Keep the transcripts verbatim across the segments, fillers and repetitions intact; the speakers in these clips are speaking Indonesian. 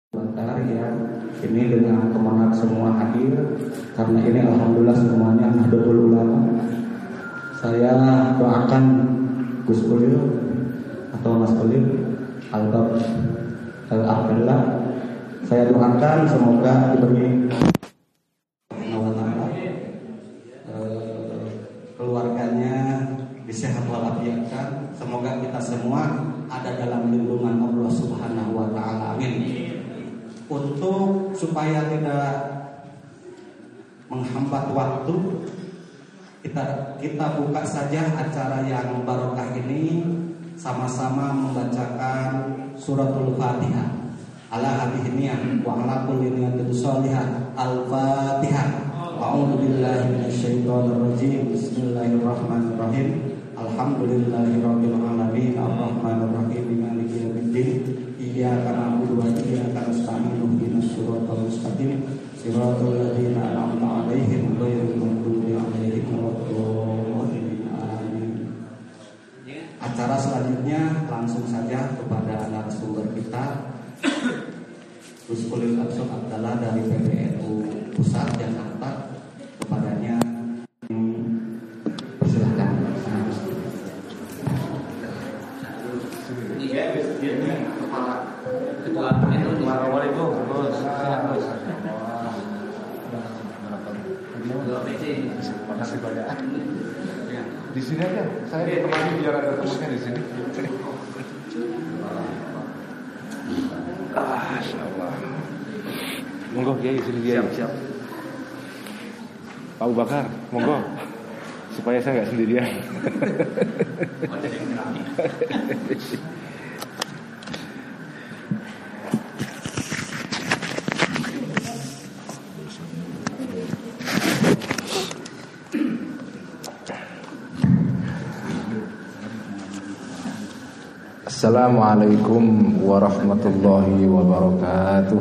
Bentar ya, ini dengan kemenangan semua hadir. Karena ini alhamdulillah semuanya Nahdlatul Ulama. Saya doakan Gus Ulil atau Mas Ulil atau Abdullah, saya doakan semoga diberi keluarganya disehat walafiatkan. Semoga kita semua ada dalam lindungan Allah Subhanahu wa taala. Amin. Untuk supaya tidak menghambat waktu, kita kita buka saja acara yang barokah ini sama-sama membacakan suratul Fatihah. Ala hadhihi niyyah wa ala kulli niyatin shalihah. Al-Fatihah. A'udzu billahi minasyaitonir rajim. Bismillahirrahmanirrahim. Alhamdulillahirabbil alamin arrahmanir rahim maliki yaumiddin. Iyyaka na'budu wa iyyaka nasta'in ihdinas siratal mustaqim siratal ladzina an'amta 'alaihim ghairil maghdubi 'alaihim waladdallin. Amin. Acara selanjutnya langsung saja kepada narasumber kita, Gus Ulil Abdullah dari P B N U Pusat Jakarta. Kepadanya persilakan. Iya, biasanya kepala ketua itu Assalamualaikum. Bos. Makasih banyak. Di sini aja. Saya ditemani biar ada temannya di sini. Ah, insyaallah. Monggo Kiai sini Kiai. Siap, siap. Pak Abu Bakar, monggo. Supaya saya enggak sendirian. Assalamualaikum warahmatullahi wabarakatuh.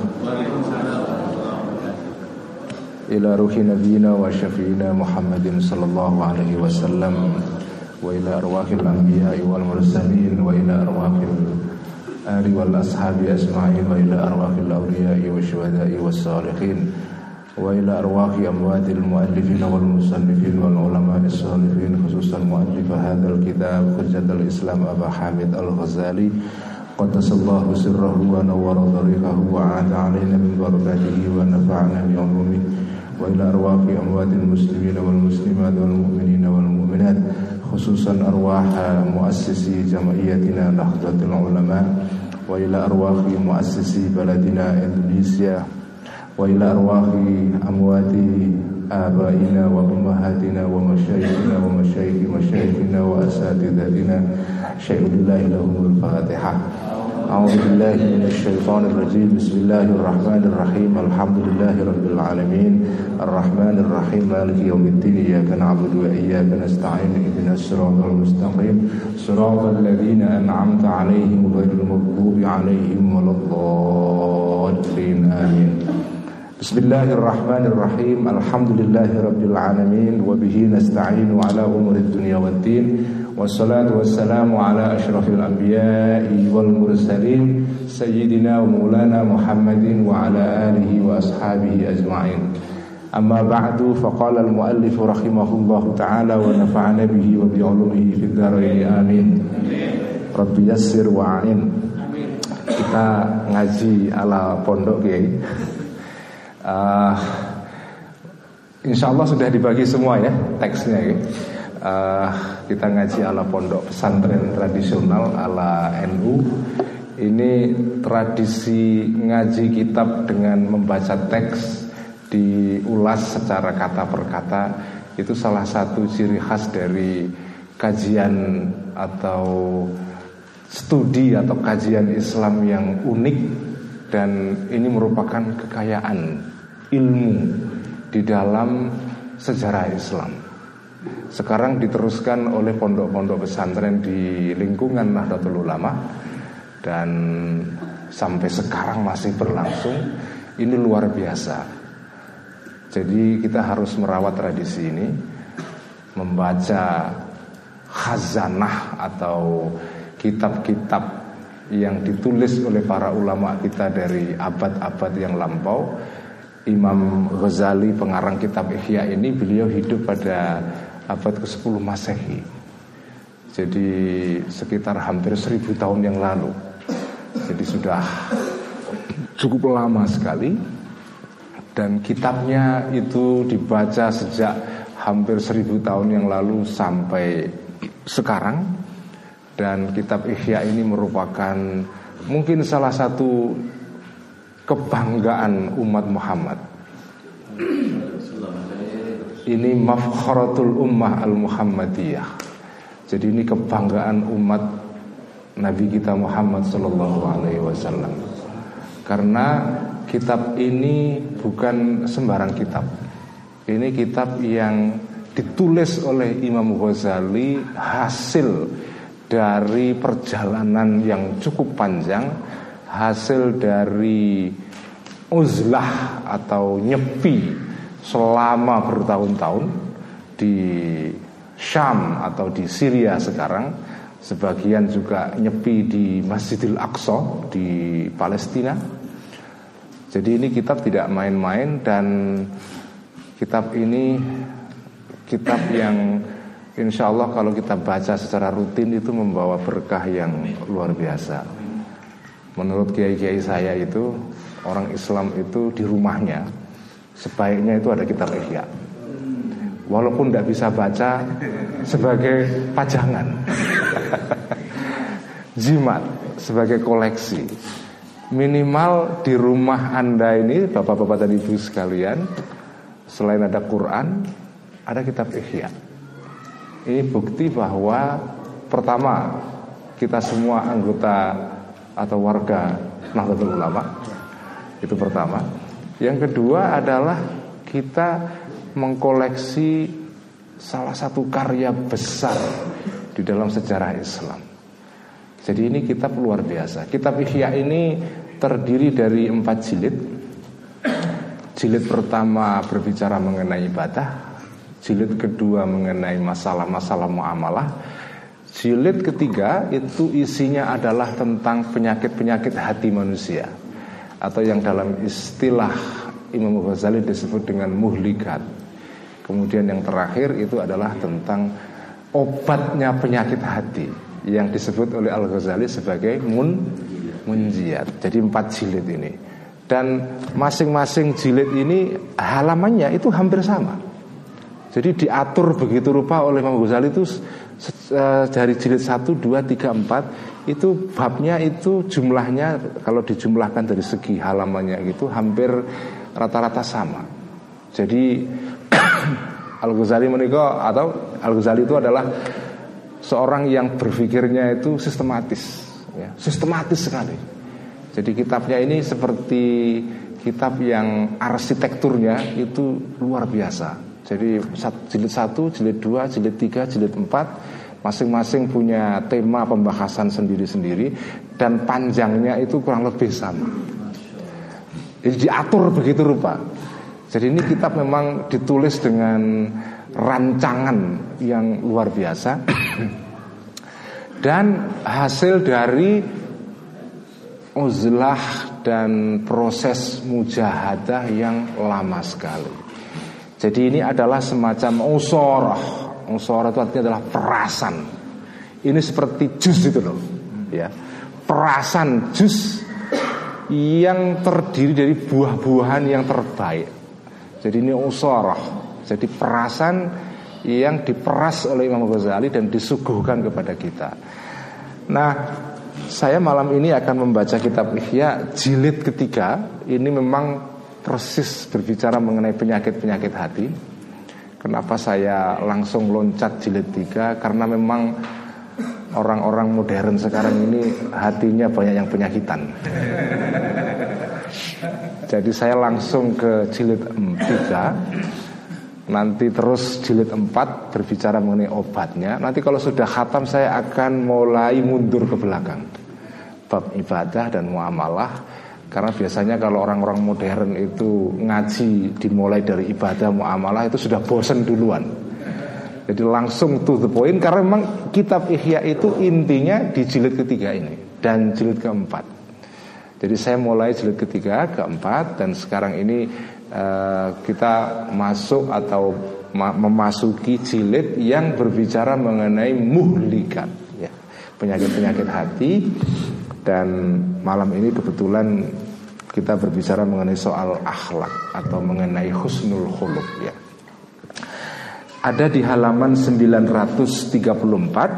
Ila ruhi nabiyina wa syafiina Muhammadin sallallahu alaihi wasallam wa ila arwahil anbiya'i wal mursalin wa ila arwahil ali wal ashabi asma'in wa ila arwahil awliya'i wa syuhada'i was salihin wa ila arwahi amwatil muallifin wal musannifin wal ulama'is salifin, khususan muallif hadzal kitab Hujjatul Islam Abu Hamid Al-Ghazali qaddasallahu sirrahu wa nawwara dhariqahu wa 'ada 'alaina min barakatihi wa nafa'na bi 'ulumihi wa ila arwahi amwatil muslimin wal muslimat wal mu'minin wal mu'minat, khususan arwah muassisi jam'iyatina Nahdlatul Ulama wa ila arwahi muassisi baladina Indonesia wa ila arwahi amwati abaina wa ummahatina wa masyayikhina wa masyayikhi masyayikhina wa asatidatina. Syai'ulillahi lahumul Fatihah. A'udzu billahi minasy syaithanir rajim. Bismillahirrahmanirrahim. Alhamdulillahi rabbil alamin. Arrahmanir rahim. Maliki yaumiddin. Iyyaka na'budu wa iyyaka nasta'in. Ihdinas siratal mustaqim. Siratal ladzina an'amta 'alaihim ghairil maghdubi 'alaihim waladdallin. Amin. Bismillahirrahmanirrahim. Alhamdulillahi rabbil alamin. Wa bihi nasta'inu ala umurid dunya waddin. Wassalatu wassalamu ala asyrafil anbiya'i wal mursalin sayyidina wa maulana Muhammadin wa ala alihi wa ashabihi ajma'in. Amma ba'du, faqala al-muallif rahimahullahu ta'ala wa nafa'ana bihi wa bi'ulumihi fid dharain amin. Rabbi yassir wa a'in. Kita ngaji ala pondok Kiai. Uh, Insyaallah sudah dibagi semua ya teksnya ya. Uh, kita ngaji ala pondok pesantren tradisional ala N U. Ini tradisi ngaji kitab dengan membaca teks diulas secara kata per kata. Itu salah satu ciri khas dari kajian atau studi atau kajian Islam yang unik. Dan ini merupakan kekayaan ilmu di dalam sejarah Islam. Sekarang diteruskan oleh pondok-pondok pesantren di lingkungan Nahdlatul Ulama dan sampai sekarang masih berlangsung. Ini luar biasa. Jadi kita harus merawat tradisi ini, membaca khazanah atau kitab-kitab yang ditulis oleh para ulama kita dari abad-abad yang lampau. Imam Ghazali, pengarang kitab Ihya ini, beliau hidup pada abad kesepuluh Masehi. Jadi sekitar hampir seribu tahun yang lalu. Jadi sudah cukup lama sekali. Dan kitabnya itu dibaca sejak hampir seribu tahun yang lalu sampai sekarang. Dan kitab Ihya ini merupakan mungkin salah satu kebanggaan umat Muhammad. Ini mafkharatul ummah al-Muhammadiyah. Jadi ini kebanggaan umat Nabi kita Muhammad sallallahu alaihi wasallam. Karena kitab ini bukan sembarang kitab. Ini kitab yang ditulis oleh Imam Ghazali hasil dari perjalanan yang cukup panjang, hasil dari uzlah atau nyepi selama bertahun-tahun di Syam atau di Syria sekarang. Sebagian juga nyepi di Masjidil Aqsa di Palestina. Jadi ini kitab tidak main-main, dan kitab ini kitab yang insya Allah kalau kita baca secara rutin itu membawa berkah yang luar biasa. Menurut kiai-kiai saya itu, orang Islam itu di rumahnya sebaiknya itu ada kitab Ihya. Walaupun tidak bisa baca, sebagai pajangan, jimat, sebagai koleksi. Minimal di rumah Anda ini, bapak-bapak dan ibu sekalian, selain ada Quran, ada kitab Ihya. Ini bukti bahwa pertama, kita semua anggota atau warga Nahdlatul Ulama. Itu pertama. Yang kedua adalah kita mengkoleksi salah satu karya besar di dalam sejarah Islam. Jadi ini kitab luar biasa. Kitab Ihya ini terdiri dari empat jilid. Jilid pertama berbicara mengenai ibadah, jilid kedua mengenai masalah-masalah muamalah, jilid ketiga itu isinya adalah tentang penyakit-penyakit hati manusia, atau yang dalam istilah Imam Ghazali disebut dengan muhlikat. Kemudian yang terakhir itu adalah tentang obatnya penyakit hati, yang disebut oleh Al-Ghazali sebagai mun munjiat. Jadi empat jilid ini. Dan masing-masing jilid ini halamannya itu hampir sama. Jadi diatur begitu rupa oleh Imam Ghazali itu dari jilid satu, dua, tiga, empat itu babnya itu jumlahnya kalau dijumlahkan dari segi halamannya itu hampir rata-rata sama. Jadi Al-Ghazali menikah atau Al-Ghazali itu adalah seorang yang berpikirnya itu sistematis, ya, sistematis sekali. Jadi kitabnya ini seperti kitab yang arsitekturnya itu luar biasa. Jadi jilid satu, jilid dua, jilid tiga, jilid empat masing-masing punya tema pembahasan sendiri-sendiri, dan panjangnya itu kurang lebih sama. Jadi diatur begitu rupa. Jadi ini kitab memang ditulis dengan rancangan yang luar biasa dan hasil dari uzlah dan proses mujahadah yang lama sekali. Jadi ini adalah semacam usorah. Usorah itu artinya adalah perasan. Ini seperti jus itu loh, ya, perasan jus yang terdiri dari buah-buahan yang terbaik. Jadi ini usorah. Jadi perasan yang diperas oleh Imam Ghazali dan disuguhkan kepada kita. Nah, saya malam ini akan membaca kitab Ihya jilid ketiga. Ini memang persis berbicara mengenai penyakit-penyakit hati. Kenapa saya langsung loncat jilid tiga? Karena memang orang-orang modern sekarang ini hatinya banyak yang penyakitan. Jadi saya langsung ke jilid tiga. Nanti terus jilid empat berbicara mengenai obatnya. Nanti kalau sudah khatam saya akan mulai mundur ke belakang, bab ibadah dan muamalah. Karena biasanya kalau orang-orang modern itu ngaji dimulai dari ibadah muamalah itu sudah bosan duluan. Jadi langsung to the point, karena memang kitab Ihya itu intinya di jilid ketiga ini dan jilid keempat. Jadi saya mulai jilid ketiga, keempat, dan sekarang ini uh, kita masuk atau ma- memasuki jilid yang berbicara mengenai muhlikat, ya, penyakit-penyakit hati. Dan malam ini kebetulan kita berbicara mengenai soal akhlak atau mengenai husnul khuluq, ya. Ada di halaman sembilan ratus tiga puluh empat.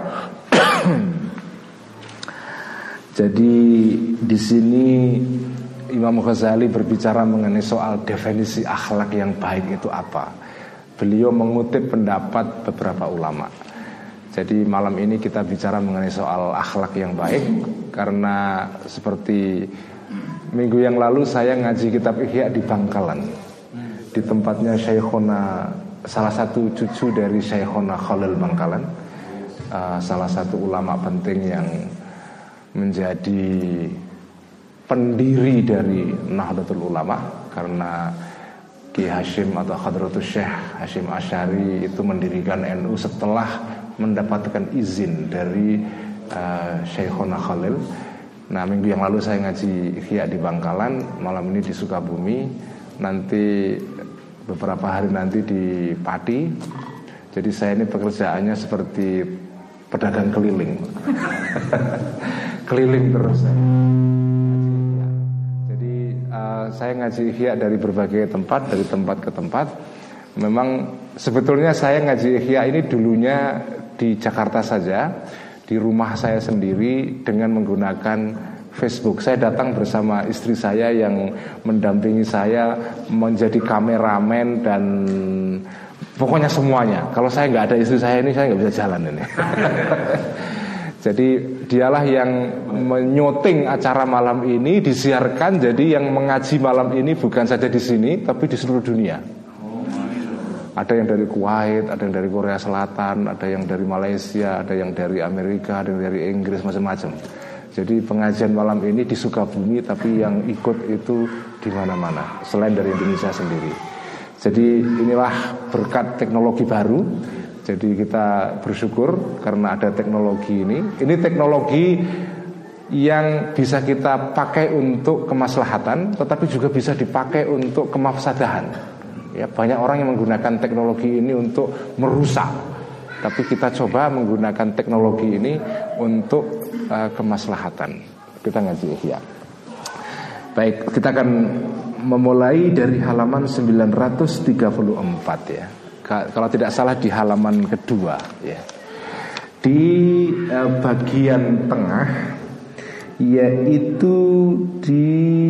Jadi di sini Imam Ghazali berbicara mengenai soal definisi akhlak yang baik itu apa. Beliau mengutip pendapat beberapa ulama. Jadi malam ini kita bicara mengenai soal akhlak yang baik, karena seperti minggu yang lalu saya ngaji kitab Ihya di Bangkalan, di tempatnya Syekhona, salah satu cucu dari Syekhona Khalil Bangkalan, uh, salah satu ulama penting yang menjadi pendiri dari Nahdlatul Ulama, karena Ki Hashim atau Hadratus Syekh Hashim Asy'ari itu mendirikan N U setelah mendapatkan izin dari uh, Syekhona Khalil. Nah, minggu yang lalu saya ngaji Ihya di Bangkalan, malam ini di Sukabumi, nanti beberapa hari nanti di Pati. Jadi saya ini pekerjaannya seperti pedagang keliling. Keliling terus. Jadi uh, saya ngaji Ihya dari berbagai tempat, dari tempat ke tempat. Memang sebetulnya saya ngaji Ihya ini dulunya di Jakarta saja, di rumah saya sendiri dengan menggunakan Facebook. Saya datang bersama istri saya yang mendampingi saya menjadi kameramen dan pokoknya semuanya. Kalau saya nggak ada istri saya ini, saya nggak bisa jalan ini. Jadi dialah yang menyoting acara malam ini disiarkan. Jadi yang mengaji malam ini bukan saja di sini, tapi di seluruh dunia. Ada yang dari Kuwait, ada yang dari Korea Selatan, ada yang dari Malaysia, ada yang dari Amerika, ada yang dari Inggris, macam-macam. Jadi pengajian malam ini di Sukabumi, tapi yang ikut itu di mana-mana, selain dari Indonesia sendiri. Jadi inilah berkat teknologi baru. Jadi kita bersyukur karena ada teknologi ini. Ini teknologi yang bisa kita pakai untuk kemaslahatan, tetapi juga bisa dipakai untuk kemafsadahan. Ya, banyak orang yang menggunakan teknologi ini untuk merusak, tapi kita coba menggunakan teknologi ini untuk uh, kemaslahatan. Kita ngaji Ihya. Baik, kita akan memulai dari halaman sembilan ratus tiga puluh empat, ya. Kalau tidak salah di halaman kedua, ya. Di uh, bagian tengah, yaitu di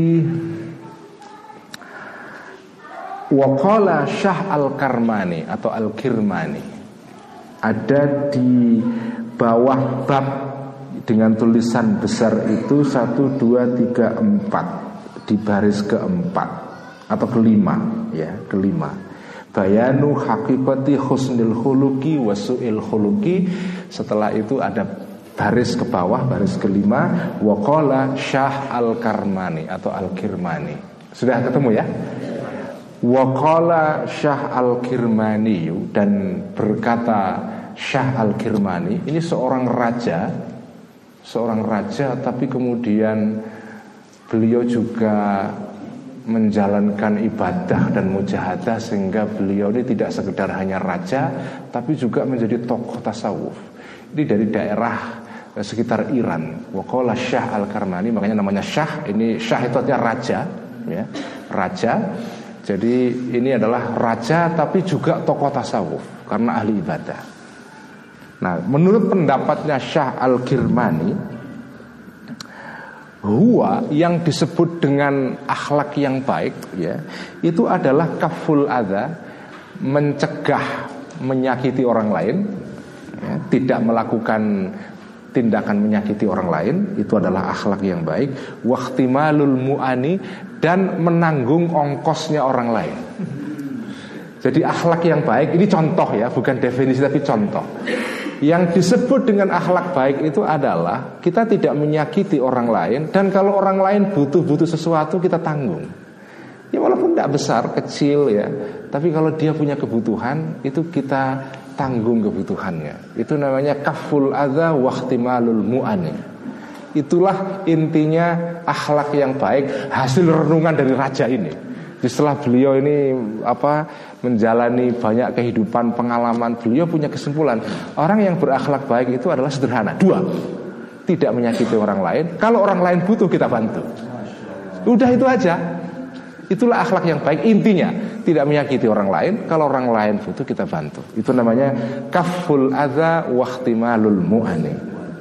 Waqala Syah Al-Karmani atau Al-Kirmani. Ada di bawah bab dengan tulisan besar itu satu, dua, tiga, empat, di baris keempat atau kelima, ya, kelima. Bayanu hakikati husnil khuluqi wa su'il khuluqi. Setelah itu ada baris ke bawah, baris kelima, Waqala Syah Al-Karmani atau Al-Kirmani. Sudah ketemu, ya? Waqala Syah Al-Kirmani, dan berkata Syah Al-Kirmani, ini seorang raja, seorang raja, tapi kemudian beliau juga menjalankan ibadah dan mujahadah, sehingga beliau ini tidak sekedar hanya raja, tapi juga menjadi tokoh tasawuf. Ini dari daerah sekitar Iran. Waqala Syah Al-Karmani, makanya namanya Syah. Ini Syah itu artinya raja, ya, raja. Jadi ini adalah raja tapi juga tokoh tasawuf karena ahli ibadah. Nah, menurut pendapatnya Syah Al-Kirmani, huwa yang disebut dengan akhlak yang baik, ya, itu adalah kaful adza, mencegah menyakiti orang lain, ya, tidak melakukan tindakan menyakiti orang lain, itu adalah akhlak yang baik. Wahtimalul mu'ani, dan menanggung ongkosnya orang lain. Jadi akhlak yang baik ini contoh, ya, bukan definisi tapi contoh. Yang disebut dengan akhlak baik itu adalah kita tidak menyakiti orang lain, dan kalau orang lain butuh-butuh sesuatu kita tanggung. Ya walaupun tidak besar, kecil, ya, tapi kalau dia punya kebutuhan itu kita tanggung kebutuhannya. Itu namanya kaful adza wa ihtimalul mu'ani. Itulah intinya akhlak yang baik, hasil renungan dari raja ini. Setelah beliau ini apa menjalani banyak kehidupan, pengalaman, beliau punya kesimpulan, orang yang berakhlak baik itu adalah sederhana. Dua, tidak menyakiti orang lain. Kalau orang lain butuh, kita bantu. Udah itu aja. Itulah akhlak yang baik. Intinya tidak menyakiti orang lain. Kalau orang lain butuh, kita bantu. Itu namanya kaful adza wa ihtimalul mu'ani.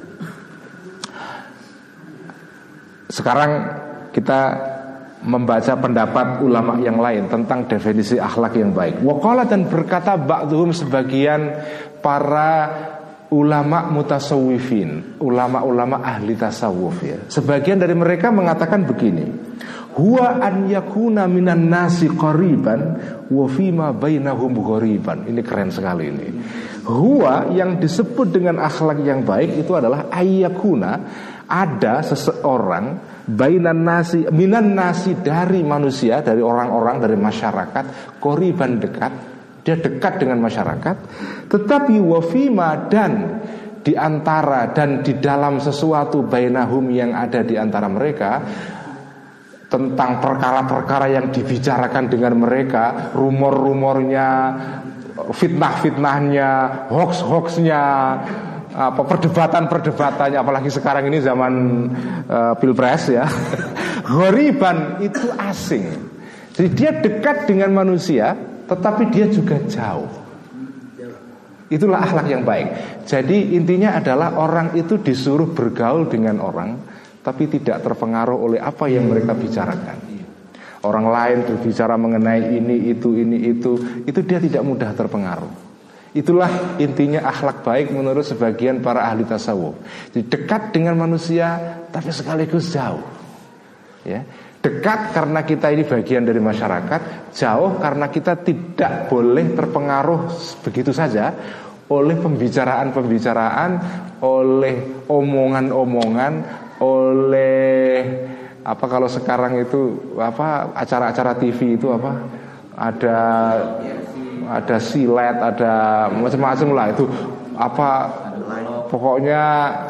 Sekarang kita membaca pendapat ulama yang lain tentang definisi akhlak yang baik. Waqala, dan berkata ba'dhum, sebagian para ulama mutasawwifin, ulama-ulama ahli tasawuf ya. Sebagian dari mereka mengatakan begini: huwa an yakuna minan nasi qariban wa fima bainahum ghariban. Ini keren sekali ini. Huwa, yang disebut dengan akhlak yang baik itu adalah ayyakuna, ada seseorang bainan nasi, minan nasi, dari manusia, dari orang-orang, dari masyarakat, qariban, dekat. Dia dekat dengan masyarakat, tetapi wafima, dan di antara dan di dalam sesuatu bainahum, yang ada di antara mereka, tentang perkara-perkara yang dibicarakan dengan mereka, rumor-rumornya, fitnah-fitnahnya, hoax-hoaxnya, apa perdebatan-perdebatannya, apalagi sekarang ini zaman uh, pilpres ya. Ghoriban itu asing. Jadi dia dekat dengan manusia, tetapi dia juga jauh. Itulah akhlak yang baik. Jadi intinya adalah orang itu disuruh bergaul dengan orang, tapi tidak terpengaruh oleh apa yang mereka bicarakan. Orang lain berbicara mengenai ini, itu, ini, itu, itu dia tidak mudah terpengaruh. Itulah intinya akhlak baik menurut sebagian para ahli tasawuf. Jadi dekat dengan manusia, tapi sekaligus jauh. Ya, dekat karena kita ini bagian dari masyarakat, jauh karena kita tidak boleh terpengaruh begitu saja oleh pembicaraan-pembicaraan, oleh omongan-omongan, oleh apa kalau sekarang itu apa acara-acara T V itu apa ada ada silet, ada macam-macam lah itu apa pokoknya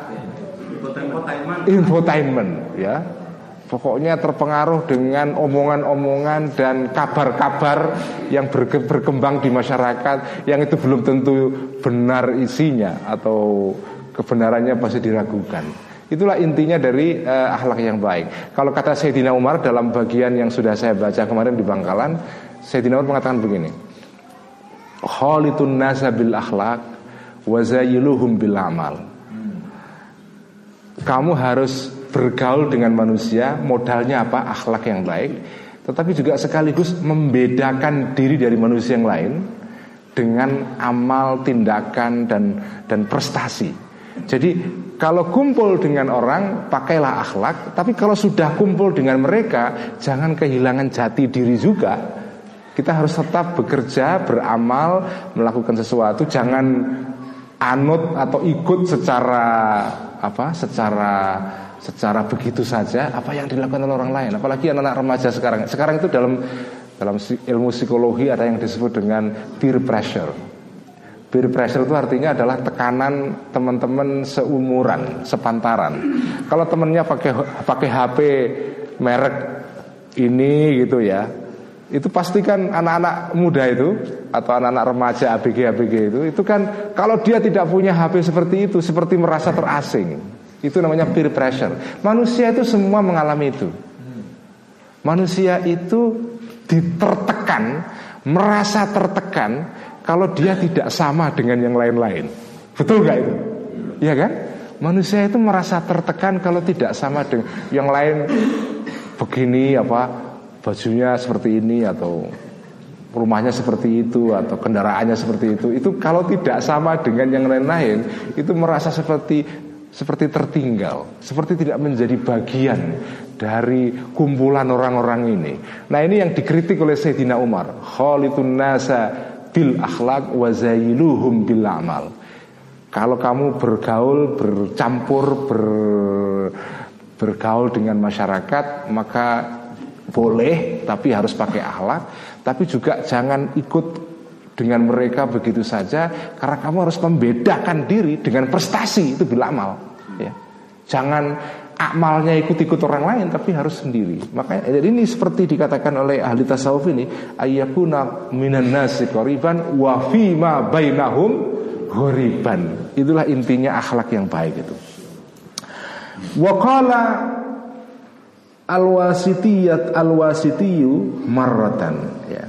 infotainment ya. Pokoknya terpengaruh dengan omongan-omongan dan kabar-kabar yang berkembang di masyarakat, yang itu belum tentu benar isinya atau kebenarannya pasti diragukan. Itulah intinya dari uh, akhlak yang baik. Kalau kata Sayyidina Umar dalam bagian yang sudah saya baca kemarin di Bangkalan, Sayyidina Umar mengatakan begini: khalitun nasa bil akhlaq wa zayyiluhum bil amal. Kamu harus bergaul dengan manusia, modalnya apa? Akhlak yang baik, tetapi juga sekaligus membedakan diri dari manusia yang lain dengan amal, tindakan, dan dan prestasi. Jadi kalau kumpul dengan orang, pakailah akhlak, tapi kalau sudah kumpul dengan mereka, jangan kehilangan jati diri juga. Kita harus tetap bekerja, beramal, melakukan sesuatu, jangan anut atau ikut secara apa? Secara secara begitu saja apa yang dilakukan oleh orang lain, apalagi anak-anak remaja sekarang. Sekarang itu dalam dalam ilmu psikologi ada yang disebut dengan peer pressure. Peer pressure itu artinya adalah tekanan teman-teman seumuran, sepantaran. Kalau temennya pakai pakai H P merek ini gitu ya, itu pasti kan anak-anak muda itu atau anak-anak remaja A B G A B G itu, itu kan kalau dia tidak punya H P seperti itu, seperti merasa terasing. Itu namanya peer pressure. Manusia itu semua mengalami itu. Manusia itu ditertekan, merasa tertekan kalau dia tidak sama dengan yang lain-lain. Betul gak itu? Iya kan? Manusia itu merasa tertekan kalau tidak sama dengan yang lain. Begini apa, bajunya seperti ini, atau rumahnya seperti itu, atau kendaraannya seperti itu. Itu kalau tidak sama dengan yang lain-lain, itu merasa seperti seperti tertinggal, seperti tidak menjadi bagian dari kumpulan orang-orang ini. Nah, ini yang dikritik oleh Sayyidina Umar. Khalitun nasa bil akhlaq wa zayyiluhum bil amal. Kalau kamu bergaul, bercampur, ber, bergaul dengan masyarakat, maka boleh, tapi harus pakai akhlak. Tapi juga jangan ikut dengan mereka begitu saja, karena kamu harus membedakan diri dengan prestasi, itu bil amal, ya. Jangan amalnya ikut-ikut orang lain, tapi harus sendiri. Makanya jadi ini seperti dikatakan oleh ahli tasawuf ini, ayyakuna minan nasi qoriban wa fi ma bainahum ghoriban. Itulah intinya akhlak yang baik itu. Wa qala al-wasitiyat al-wasitiyu marratan, ya.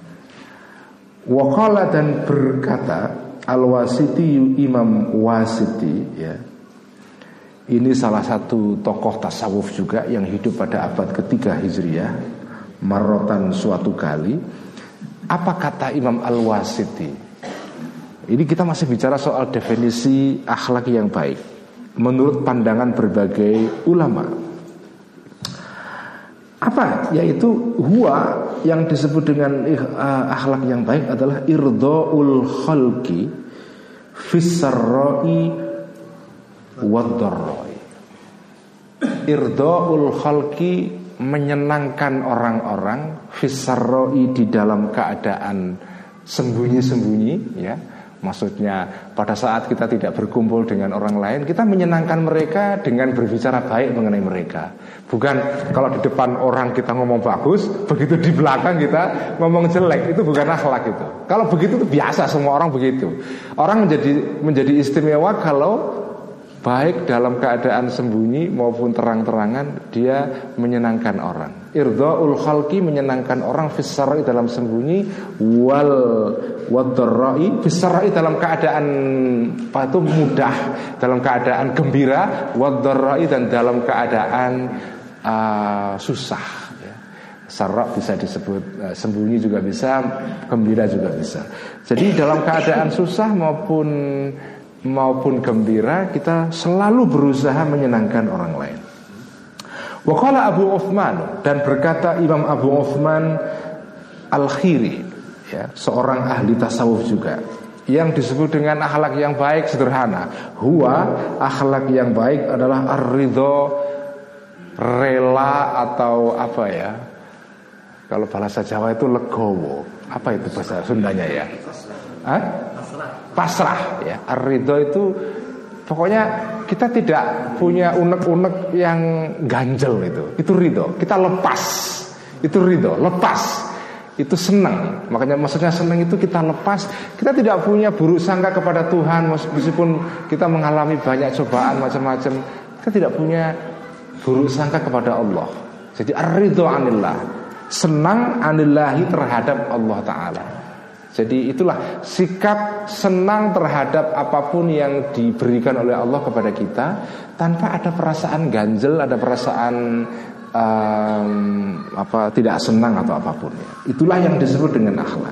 Waqala dan berkata Al-Wasiti Imam Wasiti, ya. Ini salah satu tokoh tasawuf juga yang hidup pada abad ketiga Hijriah. Marrotan suatu kali. Apa kata Imam Al-Wasiti? Ini kita masih bicara soal definisi akhlak yang baik menurut pandangan berbagai ulama. Apa? Yaitu huwa, yang disebut dengan uh, akhlak yang baik adalah irda'ul khalqi fis-sarra'i wad-dharra'i. Irda'ul khalqi, menyenangkan orang-orang, fis-sarra'i, di dalam keadaan sembunyi-sembunyi, ya. Maksudnya pada saat kita tidak berkumpul dengan orang lain, kita menyenangkan mereka dengan berbicara baik mengenai mereka. Bukan kalau di depan orang kita ngomong bagus, begitu di belakang kita ngomong jelek. Itu bukan akhlak itu. Kalau begitu itu biasa, semua orang begitu. Orang menjadi menjadi istimewa kalau baik dalam keadaan sembunyi maupun terang-terangan, dia menyenangkan orang. Irda'ul khalqi, menyenangkan orang, fis-sarra'i, dalam sembunyi, wal wadharra'i, fis-sarra'i, dalam keadaan apa itu mudah, dalam keadaan gembira, wadharra'i, dan dalam keadaan uh, susah, ya. Sarra' bisa disebut uh, sembunyi juga bisa, gembira juga bisa. Jadi dalam keadaan susah maupun maupun gembira, kita selalu berusaha menyenangkan orang lain. Waqala Abu Uthman, dan berkata Imam Abu Uthman Al-Khiri, ya, seorang ahli tasawuf juga, yang disebut dengan akhlak yang baik sederhana. Huwa, akhlak yang baik adalah ar-ridho, rela, atau apa ya, kalau bahasa Jawa itu legowo. Apa itu bahasa Sundanya ya? Hah? Pasrah, ya. Ar-ridho itu pokoknya kita tidak punya unek-unek yang ganjel itu. Itu ridho. Kita lepas. Itu ridho, lepas. Itu senang. Makanya maksudnya senang itu kita lepas. Kita tidak punya buruk sangka kepada Tuhan, meskipun kita mengalami banyak cobaan macam-macam. Kita tidak punya buruk sangka kepada Allah. Jadi ar-ridho anillah, senang anillahi, terhadap Allah Ta'ala. Jadi itulah sikap senang terhadap apapun yang diberikan oleh Allah kepada kita, tanpa ada perasaan ganjel, ada perasaan um, apa tidak senang atau apapun. Itulah yang disebut dengan akhlak.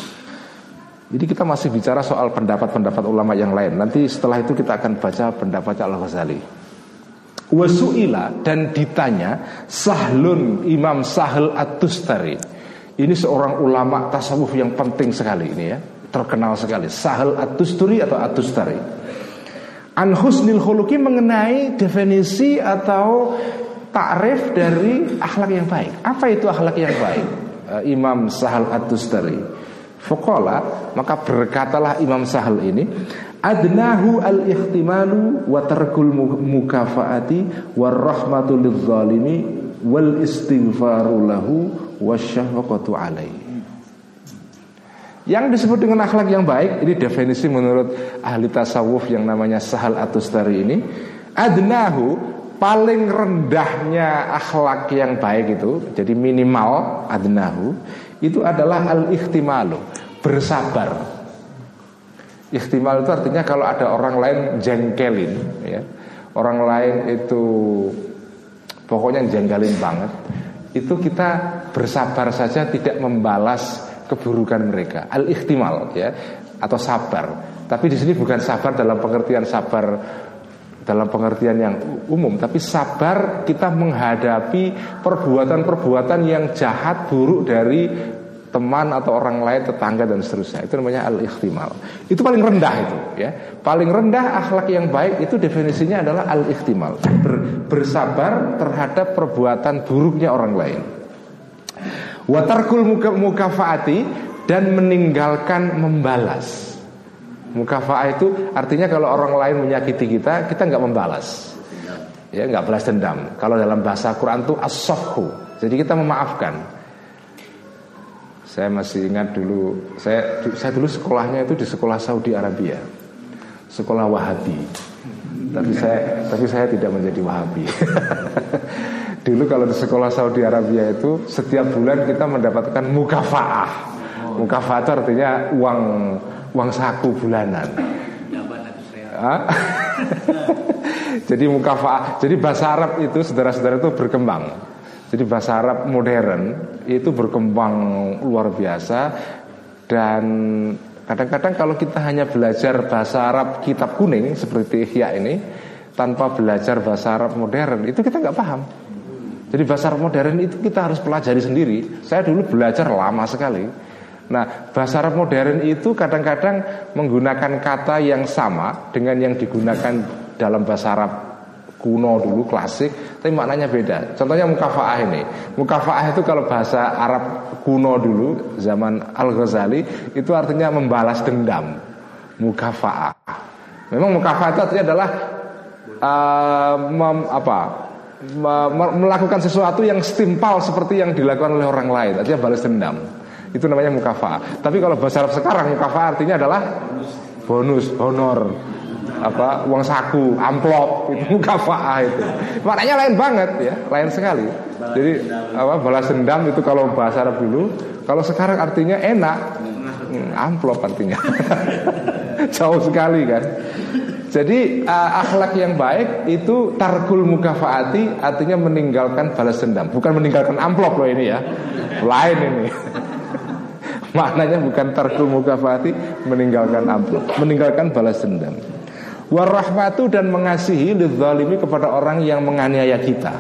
Jadi kita masih bicara soal pendapat-pendapat ulama yang lain. Nanti setelah itu kita akan baca pendapat Al-Ghazali. Wasu'ila, dan ditanya Sahlun, Imam Sahal At-Tustari. Ini seorang ulama tasawuf yang penting sekali ini, ya, terkenal sekali, Sahal At-Tustari atau At-Tustari. An husnil khuluqi, mengenai definisi atau takrif dari akhlak yang baik. Apa itu akhlak yang baik? uh, Imam Sahal At-Tustari faqala, maka berkatalah Imam Sahal ini, adnahu al-ihtimalu wa tarkul mukafaati war rahmatu lidh-dhalimi wal istighfaru lahu wasyafaqatu alaihi. Yang disebut dengan akhlak yang baik, ini definisi menurut ahli tasawuf yang namanya Sahal At-Tustari ini. Adnahu, paling rendahnya akhlak yang baik itu, jadi minimal adnahu, itu adalah al-ihtimalu, bersabar. Ihtimal itu artinya kalau ada orang lain jengkelin, ya, orang lain itu pokoknya jengkelin banget, itu kita bersabar saja, tidak membalas keburukan mereka. Al-ihtimal, ya, atau sabar. Tapi di sini bukan sabar dalam pengertian sabar dalam pengertian yang umum, tapi sabar kita menghadapi perbuatan-perbuatan yang jahat, buruk dari teman atau orang lain, tetangga dan seterusnya. Itu namanya al-ihtimal. Itu paling rendah itu, ya. Paling rendah akhlak yang baik itu definisinya adalah al-ihtimal, Ber, bersabar terhadap perbuatan buruknya orang lain. Wa tarkul mukafaati, dan meninggalkan membalas. Mukafa'ah itu artinya kalau orang lain menyakiti kita, kita nggak membalas, ya nggak balas dendam. Kalau dalam bahasa Quran itu as-safhu, jadi kita memaafkan. Saya masih ingat dulu, saya saya dulu sekolahnya itu di sekolah Saudi Arabia, sekolah Wahabi. Tapi saya tapi saya tidak menjadi Wahabi. Dulu kalau di sekolah Saudi Arabia itu setiap bulan kita mendapatkan mukafa'ah. Mukafa'ah itu artinya uang uang saku bulanan. Jadi mukafa'ah. Jadi bahasa Arab itu saudara-saudara itu berkembang. Jadi bahasa Arab modern itu berkembang luar biasa. Dan kadang-kadang kalau kita hanya belajar bahasa Arab kitab kuning seperti Ihya ini, tanpa belajar bahasa Arab modern, itu kita nggak paham. Jadi bahasa Arab modern itu kita harus pelajari sendiri. Saya dulu belajar lama sekali. Nah, bahasa Arab modern itu kadang-kadang menggunakan kata yang sama dengan yang digunakan dalam bahasa Arab kuno dulu, klasik, tapi maknanya beda. Contohnya mukafa'ah ini. Mukafa'ah itu kalau bahasa Arab kuno dulu, zaman Al-Ghazali, itu artinya membalas dendam. Mukafa'ah. Memang mukafa'ah itu artinya adalah uh, mem, apa, melakukan sesuatu yang setimpal seperti yang dilakukan oleh orang lain, artinya balas dendam. Itu namanya mukafa'ah. Tapi kalau bahasa Arab sekarang, mukafa'ah artinya adalah bonus, honor, apa, uang saku, amplop, itu mukafa'ah itu. Maknanya lain banget ya, lain sekali. Jadi apa, balas dendam itu kalau bahasa Arab dulu, kalau sekarang artinya enak, amplop artinya. Jauh sekali kan. Jadi uh, akhlak yang baik itu tarkul mukafa'ati, artinya meninggalkan balas dendam, bukan meninggalkan amplop loh ini ya. Lain ini. Maknanya bukan tarkul mukafa'ati, meninggalkan amplop, meninggalkan balas dendam. Warahmatu, dan mengasihi lidzalimi, kepada orang yang menganiaya kita.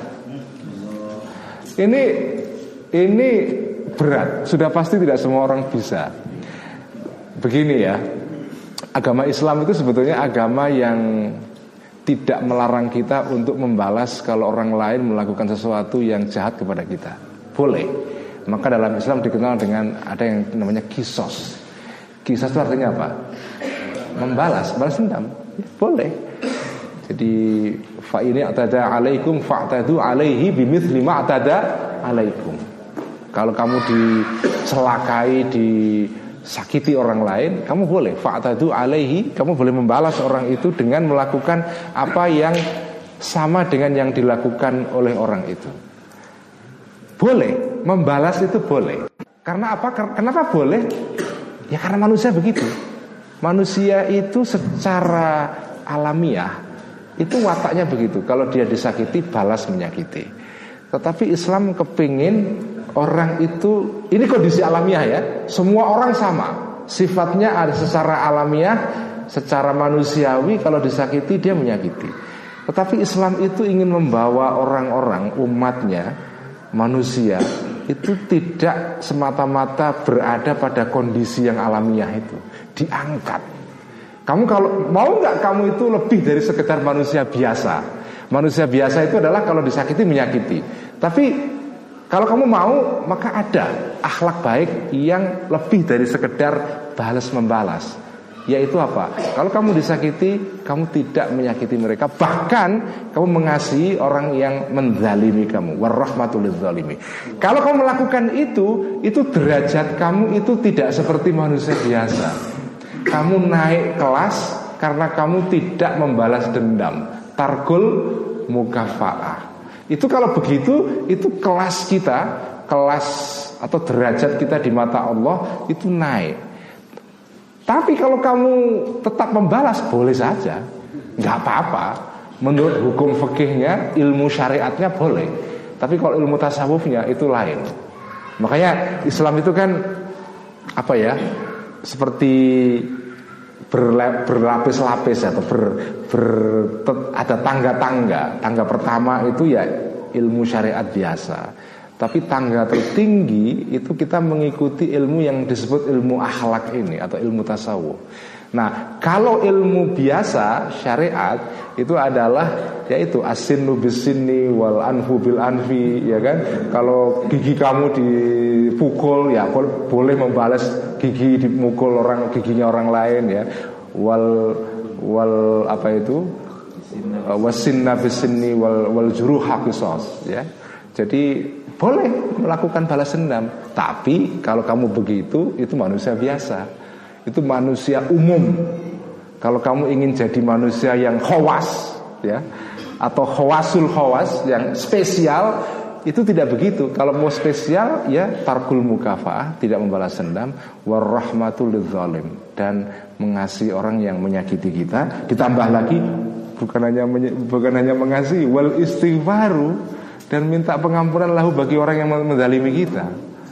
Ini ini berat, sudah pasti tidak semua orang bisa. Begini ya, agama Islam itu sebetulnya agama yang tidak melarang kita untuk membalas kalau orang lain melakukan sesuatu yang jahat kepada kita. Boleh. Maka dalam Islam dikenal dengan ada yang namanya kisos. Kisos itu artinya apa? Membalas, balas dendam. Ya, boleh. Jadi fa ini atada alaikum fa'tadu alaihi bimithli ma atada alaikum. Kalau kamu dicelakai, disakiti orang lain, kamu boleh fa'tadu alaihi, kamu boleh membalas orang itu dengan melakukan apa yang sama dengan yang dilakukan oleh orang itu. Boleh, membalas itu boleh. Karena apa? Kenapa boleh? Ya karena manusia begitu. Manusia itu secara alamiah itu wataknya begitu. Kalau dia disakiti, balas menyakiti. Tetapi Islam kepingin orang itu, ini kondisi alamiah ya, semua orang sama. Sifatnya ada secara alamiah, secara manusiawi, kalau disakiti dia menyakiti. Tetapi Islam itu ingin membawa orang-orang, umatnya, manusia itu tidak semata-mata berada pada kondisi yang alamiah itu, diangkat. Kamu kalau mau nggak, kamu itu lebih dari sekedar manusia biasa. Manusia biasa itu adalah kalau disakiti menyakiti. Tapi kalau kamu mau, maka ada akhlak baik yang lebih dari sekedar balas membalas. Yaitu apa? Kalau kamu disakiti, kamu tidak menyakiti mereka, bahkan kamu mengasihi orang yang menzalimi kamu. Warahmatul lidzalimi. Kalau kamu melakukan itu, itu derajat kamu itu tidak seperti manusia biasa. Kamu naik kelas karena kamu tidak membalas dendam. Tarkul mukafa'ah. Itu kalau begitu, itu kelas kita, kelas atau derajat kita di mata Allah itu naik. Tapi kalau kamu tetap membalas, boleh saja, nggak apa-apa. Menurut hukum fikihnya, ilmu syariatnya boleh. Tapi kalau ilmu tasawufnya itu lain. Makanya Islam itu kan apa ya, seperti berlapis-lapis atau ber, ber, ada tangga-tangga. Tangga pertama itu ya ilmu syariat biasa. Tapi tangga tertinggi itu kita mengikuti ilmu yang disebut ilmu akhlak ini atau ilmu tasawuf. Nah, kalau ilmu biasa syariat itu adalah yaitu as-sinnu bis-sinni wal anfu bil anfi, ya kan? Kalau gigi kamu dipukul ya boleh membalas gigi dimukul orang giginya orang lain ya. Wal wal apa itu? Wasinna bis-sinni wal wal juruha qisas ya. Jadi boleh melakukan balas dendam, tapi kalau kamu begitu itu manusia biasa. Itu manusia umum. Kalau kamu ingin jadi manusia yang khawas ya, atau khawasul khawas yang spesial, itu tidak begitu. Kalau mau spesial ya tarkul mukafaah, tidak membalas dendam, warahmatul lidzalim, dan mengasihi orang yang menyakiti kita. Ditambah lagi bukan hanya bukan hanya mengasihi, wal istighfaru, dan minta pengampunan lahu bagi orang yang menzalimi kita.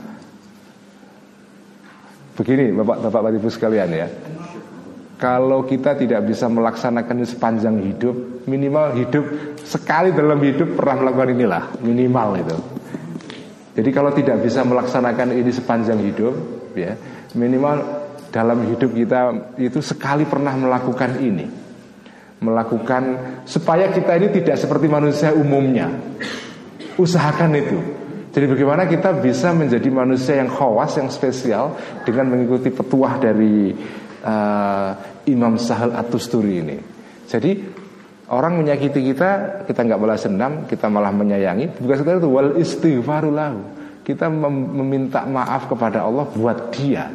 Begini Bapak-bapak Ibu sekalian ya, kalau kita tidak bisa melaksanakan ini sepanjang hidup, minimal hidup sekali dalam hidup pernah melakukan inilah, minimal itu. Jadi kalau tidak bisa melaksanakan ini sepanjang hidup ya, minimal dalam hidup kita itu sekali pernah melakukan ini. Melakukan supaya kita ini tidak seperti manusia umumnya. Usahakan itu. Jadi bagaimana kita bisa menjadi manusia yang khawas, yang spesial, dengan mengikuti petuah dari uh, Imam Sahal At-Tusturi ini. Jadi orang menyakiti kita, kita nggak balas dendam, kita malah menyayangi. Bukan sekedar itu, wal istighfaru lahu, kita mem- meminta maaf kepada Allah buat dia.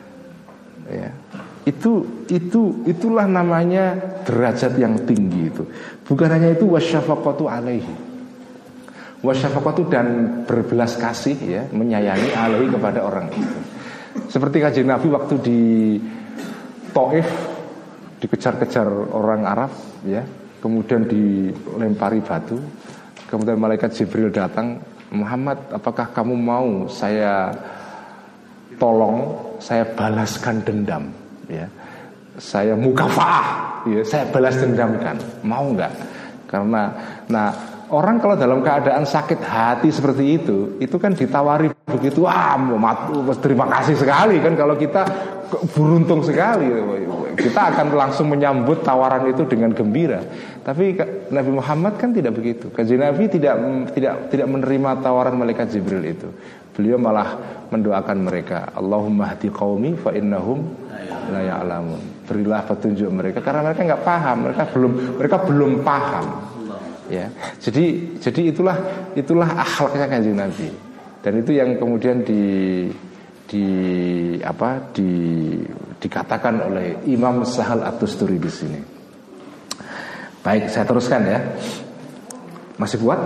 Ya. Itu itu itulah namanya derajat yang tinggi itu. Bukan hanya itu, wasyafaqatu alaihi, wasyafaqatu, dan berbelas kasih ya, menyayangi alaihi kepada orang itu. Seperti kajian Nabi waktu di Taif dikejar-kejar orang Arab ya, kemudian dilempari batu, kemudian malaikat Jibril datang, Muhammad, apakah kamu mau saya tolong, saya balaskan dendam ya, saya mukafaah ya, saya balas dendamkan, mau nggak? Karena nah orang kalau dalam keadaan sakit hati seperti itu, itu kan ditawari begitu, wah, terima kasih sekali kan. Kalau kita beruntung sekali, kita akan langsung menyambut tawaran itu dengan gembira. Tapi Nabi Muhammad kan tidak begitu. Kajian Nabi tidak tidak tidak menerima tawaran malaikat Jibril itu. Beliau malah mendoakan mereka, Allahumma hdi qaumi fa innahum la ya'lamun. Berilah petunjuk mereka karena mereka nggak paham, mereka belum mereka belum paham. Ya, jadi jadi itulah itulah akhlaknya Kanjeng Nabi, dan itu yang kemudian di di apa di dikatakan oleh Imam Sahal At-Tusturi di sini. Baik, saya teruskan ya. Masih kuat?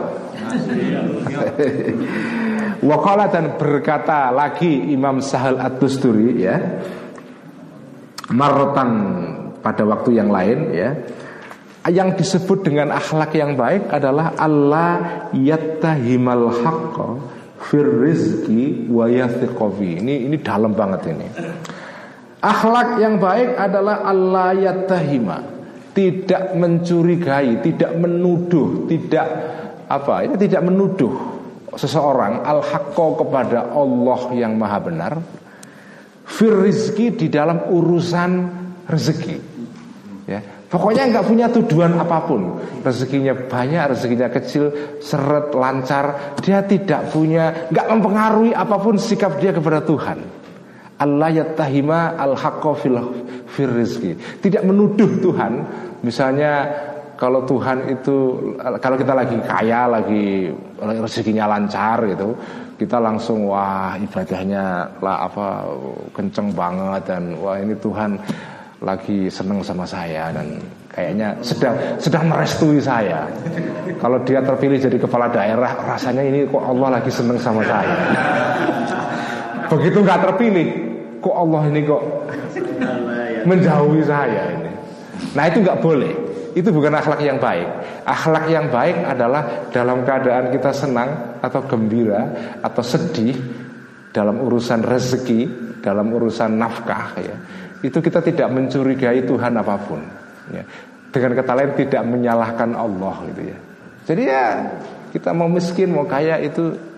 Waqala, dan berkata lagi Imam Sahal At-Tusturi ya, marrotan, pada waktu yang lain ya, yang disebut dengan akhlak yang baik adalah Allah yattahimal haqqa fir rizqi wa yathiqafi. Ini ini dalam banget ini. Akhlak yang baik adalah Allah yattahima, tidak mencurigai, tidak menuduh, tidak apa? Ini tidak menuduh seseorang al haqqa kepada Allah yang maha benar, fir rizqi, di dalam urusan rezeki. Ya. Pokoknya nggak punya tuduhan apapun. Rezekinya banyak, rezekinya kecil, seret, lancar, dia tidak punya, nggak mempengaruhi apapun sikap dia kepada Tuhan. Allah yattahima al-haqqa fil fir rizqi, tidak menuduh Tuhan. Misalnya kalau Tuhan itu, kalau kita lagi kaya, lagi rezekinya lancar gitu, kita langsung wah ibadahnya lah apa kenceng banget, dan wah ini Tuhan lagi seneng sama saya dan kayaknya sedang sedang merestui saya. Kalau dia terpilih jadi kepala daerah, rasanya ini kok Allah lagi seneng sama saya. Begitu nggak terpilih, kok Allah ini kok menjauhi saya ini. Nah itu nggak boleh. Itu bukan akhlak yang baik. Akhlak yang baik adalah dalam keadaan kita senang atau gembira atau sedih, dalam urusan rezeki, dalam urusan nafkah ya, itu kita tidak mencurigai Tuhan apapun ya. Dengan kata lain tidak menyalahkan Allah gitu ya. Jadi ya kita mau miskin mau kaya itu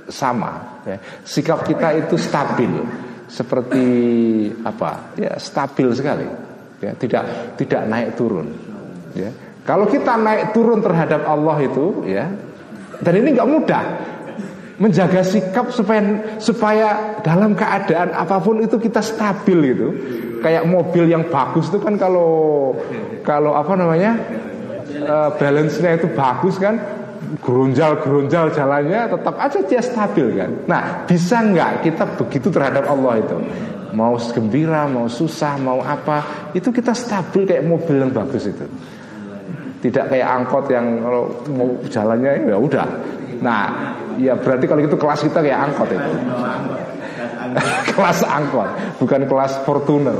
sama ya. Sikap kita itu stabil, seperti apa ya, stabil sekali ya, tidak tidak naik turun ya. Kalau kita naik turun terhadap Allah itu ya, dan ini nggak mudah menjaga sikap supaya supaya dalam keadaan apapun itu kita stabil gitu. Kayak mobil yang bagus itu kan kalau kalau apa namanya uh, balance-nya itu bagus kan, geronjal-geronjal jalannya tetap aja dia stabil kan. Nah, bisa nggak kita begitu terhadap Allah itu? Mau gembira, mau susah, mau apa, itu kita stabil kayak mobil yang bagus itu. Tidak kayak angkot yang kalau mau jalannya ya udah. Nah, ya berarti kalau itu kelas kita kayak angkot itu. Kelas angkot, bukan kelas Fortuner.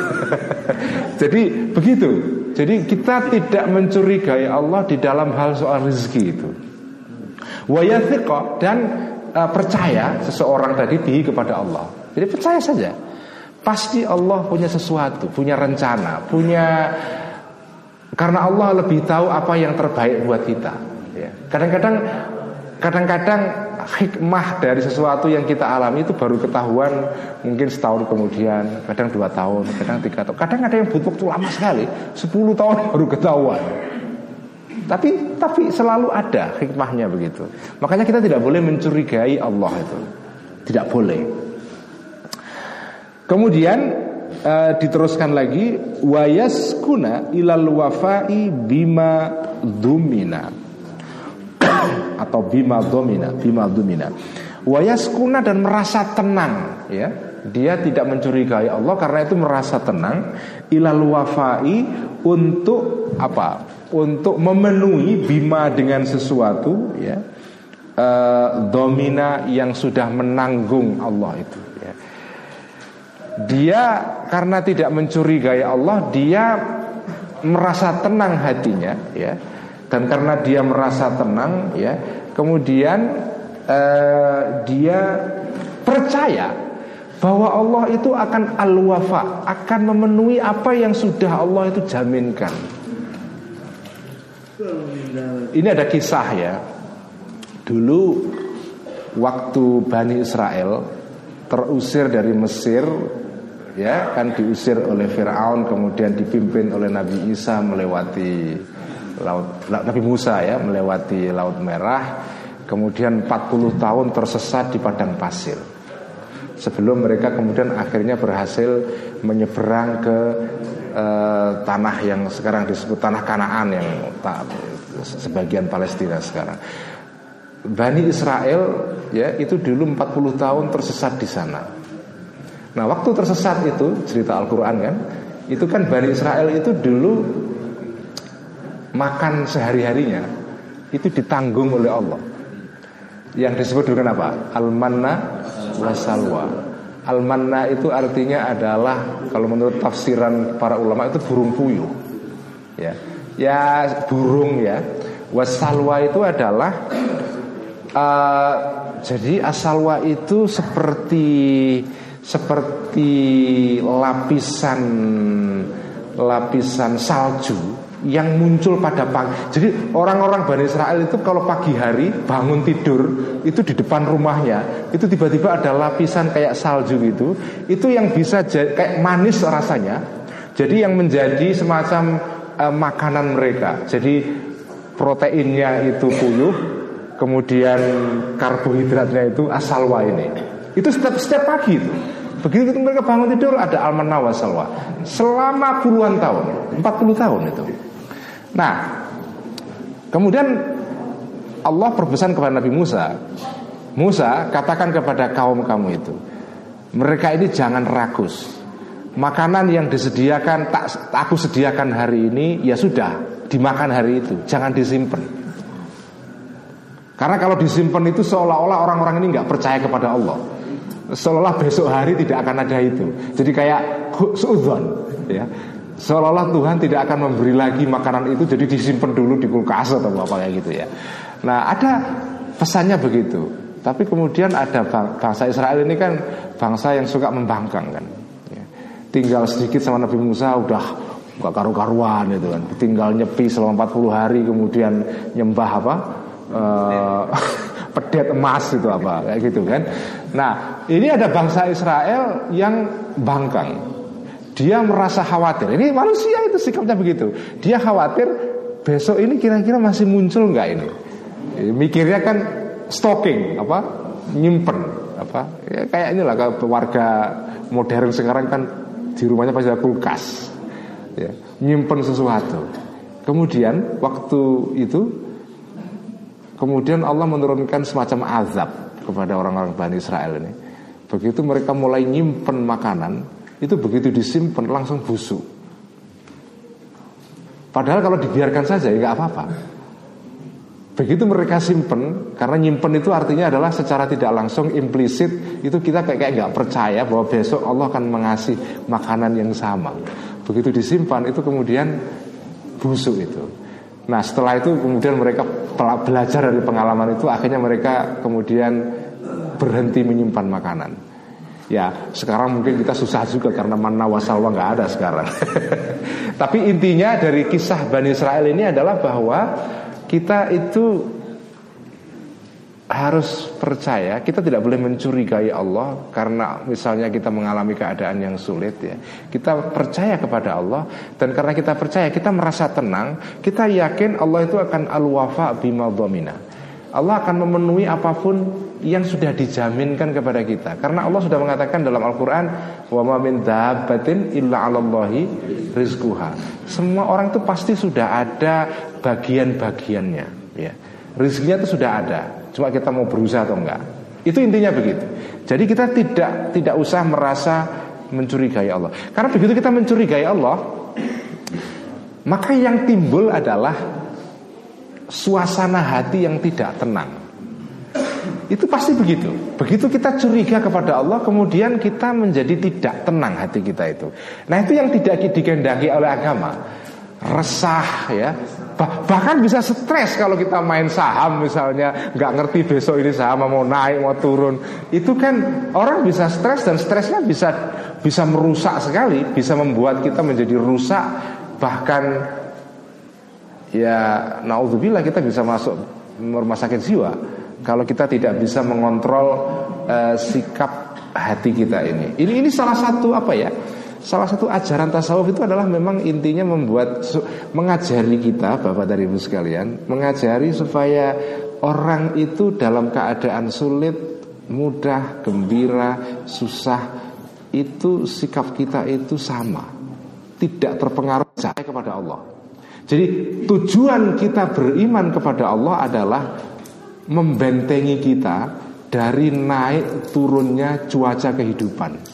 Jadi begitu. Jadi kita tidak mencurigai Allah di dalam hal soal rezeki itu. Wa yathiqa, dan uh, percaya seseorang tadi bihi kepada Allah. Jadi percaya saja. Pasti Allah punya sesuatu, punya rencana, punya, karena Allah lebih tahu apa yang terbaik buat kita ya. Kadang-kadang Kadang-kadang hikmah dari sesuatu yang kita alami itu baru ketahuan mungkin setahun kemudian, kadang dua tahun, kadang tiga tahun, kadang ada yang butuh waktu lama sekali, sepuluh tahun baru ketahuan. Tapi tapi selalu ada hikmahnya begitu. Makanya kita tidak boleh mencurigai Allah itu, tidak boleh. Kemudian uh, diteruskan lagi, wa yaskuna ilal wafai bima dumina, atau bima domina, bima domina. Wayaskuna, dan merasa tenang ya. Dia tidak mencurigai Allah karena itu merasa tenang ilal wafai, untuk apa? Untuk memenuhi bima dengan sesuatu ya. E, domina yang sudah menanggung Allah itu ya. Dia karena tidak mencurigai Allah, dia merasa tenang hatinya ya. Dan karena dia merasa tenang ya, kemudian uh, dia percaya bahwa Allah itu akan al-wafa, akan memenuhi apa yang sudah Allah itu jaminkan. Ini ada kisah ya. Dulu waktu Bani Israel terusir dari Mesir ya, kan diusir oleh Fir'aun, kemudian dipimpin oleh Nabi Isa melewati Laut, Nabi Musa ya, melewati Laut Merah. Kemudian empat puluh tahun tersesat di padang pasir, sebelum mereka kemudian akhirnya berhasil menyeberang ke eh, tanah yang sekarang disebut tanah Kanaan, yang tak, sebagian Palestina sekarang. Bani Israel ya, itu dulu empat puluh tahun tersesat di sana. Nah, waktu tersesat itu, cerita Al-Quran kan, itu kan Bani Israel itu dulu makan sehari-harinya itu ditanggung oleh Allah, yang disebut dengan apa? Al-manna wasalwa. Al-manna itu artinya adalah, kalau menurut tafsiran para ulama, itu burung puyuh ya, ya burung ya. Wasalwa itu adalah uh, jadi asalwa itu seperti seperti lapisan lapisan salju yang muncul pada pagi. Jadi orang-orang Bani Israel itu kalau pagi hari bangun tidur itu di depan rumahnya itu tiba-tiba ada lapisan kayak salju gitu. Itu yang bisa j- kayak manis rasanya. Jadi yang menjadi semacam uh, makanan mereka. Jadi proteinnya itu puyuh, kemudian karbohidratnya itu asalwa ini. Itu setiap setiap pagi itu. Begitu mereka bangun tidur ada al-manna wasalwa selama puluhan tahun, empat puluh tahun itu. Nah, kemudian Allah berpesan kepada Nabi Musa, Musa, katakan kepada kaum kamu itu, mereka ini jangan rakus. Makanan yang disediakan tak aku sediakan hari ini, ya sudah dimakan hari itu, jangan disimpan. Karena kalau disimpan itu seolah-olah orang-orang ini nggak percaya kepada Allah, seolah-olah besok hari tidak akan ada itu. Jadi kayak suudzon ya, seolah-olah Tuhan tidak akan memberi lagi makanan itu, jadi disimpan dulu di kulkas atau apa kayak gitu ya. Nah, ada pesannya begitu. Tapi kemudian ada bangsa Israel ini kan bangsa yang suka membangkang kan ya. Tinggal sedikit sama Nabi Musa udah gak karu-karuan itu kan. Tinggal nyepi selama empat puluh hari, kemudian nyembah apa? Uh, pedet emas itu apa kayak gitu kan. Nah, ini ada bangsa Israel yang bangkang. Dia merasa khawatir. Ini manusia itu sikapnya begitu. Dia khawatir besok ini kira-kira masih muncul nggak ini. Mikirnya kan stalking, apa nyimpen, apa ya, kayak inilah warga modern sekarang kan di rumahnya pasti ada kulkas, ya, nyimpen sesuatu. Kemudian waktu itu, kemudian Allah menurunkan semacam azab kepada orang-orang Bani Israel ini. Begitu mereka mulai nyimpen makanan, itu begitu disimpan langsung busuk. Padahal kalau dibiarkan saja ya nggak apa-apa. Begitu mereka simpen, karena nyimpen itu artinya adalah secara tidak langsung implisit itu kita kayak kayak nggak percaya bahwa besok Allah akan mengasih makanan yang sama. Begitu disimpan itu kemudian busuk itu. Nah setelah itu kemudian mereka belajar dari pengalaman itu, akhirnya mereka kemudian berhenti menyimpan makanan. Ya sekarang mungkin kita susah juga karena manna wasalwa nggak ada sekarang. Tapi intinya dari kisah Bani Israel ini adalah bahwa kita itu harus percaya, kita tidak boleh mencurigai Allah karena misalnya kita mengalami keadaan yang sulit ya. Kita percaya kepada Allah, dan karena kita percaya kita merasa tenang, kita yakin Allah itu akan al-wafa bima dhamina. Allah akan memenuhi apapun yang sudah dijaminkan kepada kita. Karena Allah sudah mengatakan dalam Al-Quran, wa ma min dabbatin illa 'alallahi rizquha. Semua orang itu pasti sudah ada bagian-bagiannya ya. Rizkinya itu sudah ada, cuma kita mau berusaha atau enggak. Itu intinya begitu. Jadi kita tidak tidak usah merasa mencurigai Allah. Karena begitu kita mencurigai Allah, maka yang timbul adalah suasana hati yang tidak tenang. Itu pasti begitu. Begitu kita curiga kepada Allah, kemudian kita menjadi tidak tenang hati kita itu. Nah itu yang tidak dikehendaki oleh agama. Resah ya, bah, bahkan bisa stres kalau kita main saham misalnya, nggak ngerti besok ini saham mau naik mau turun. Itu kan orang bisa stres, dan stresnya bisa bisa merusak sekali, bisa membuat kita menjadi rusak. Bahkan ya naudzubillah kita bisa masuk rumah sakit jiwa kalau kita tidak bisa mengontrol uh, sikap hati kita ini. Ini ini salah satu apa ya? Salah satu ajaran tasawuf itu adalah memang intinya membuat, mengajari kita, Bapak dan Ibu sekalian, mengajari supaya orang itu dalam keadaan sulit, mudah, gembira, susah, itu sikap kita itu sama, tidak terpengaruh kepada Allah. Jadi tujuan kita beriman kepada Allah adalah membentengi kita dari naik turunnya cuaca kehidupan,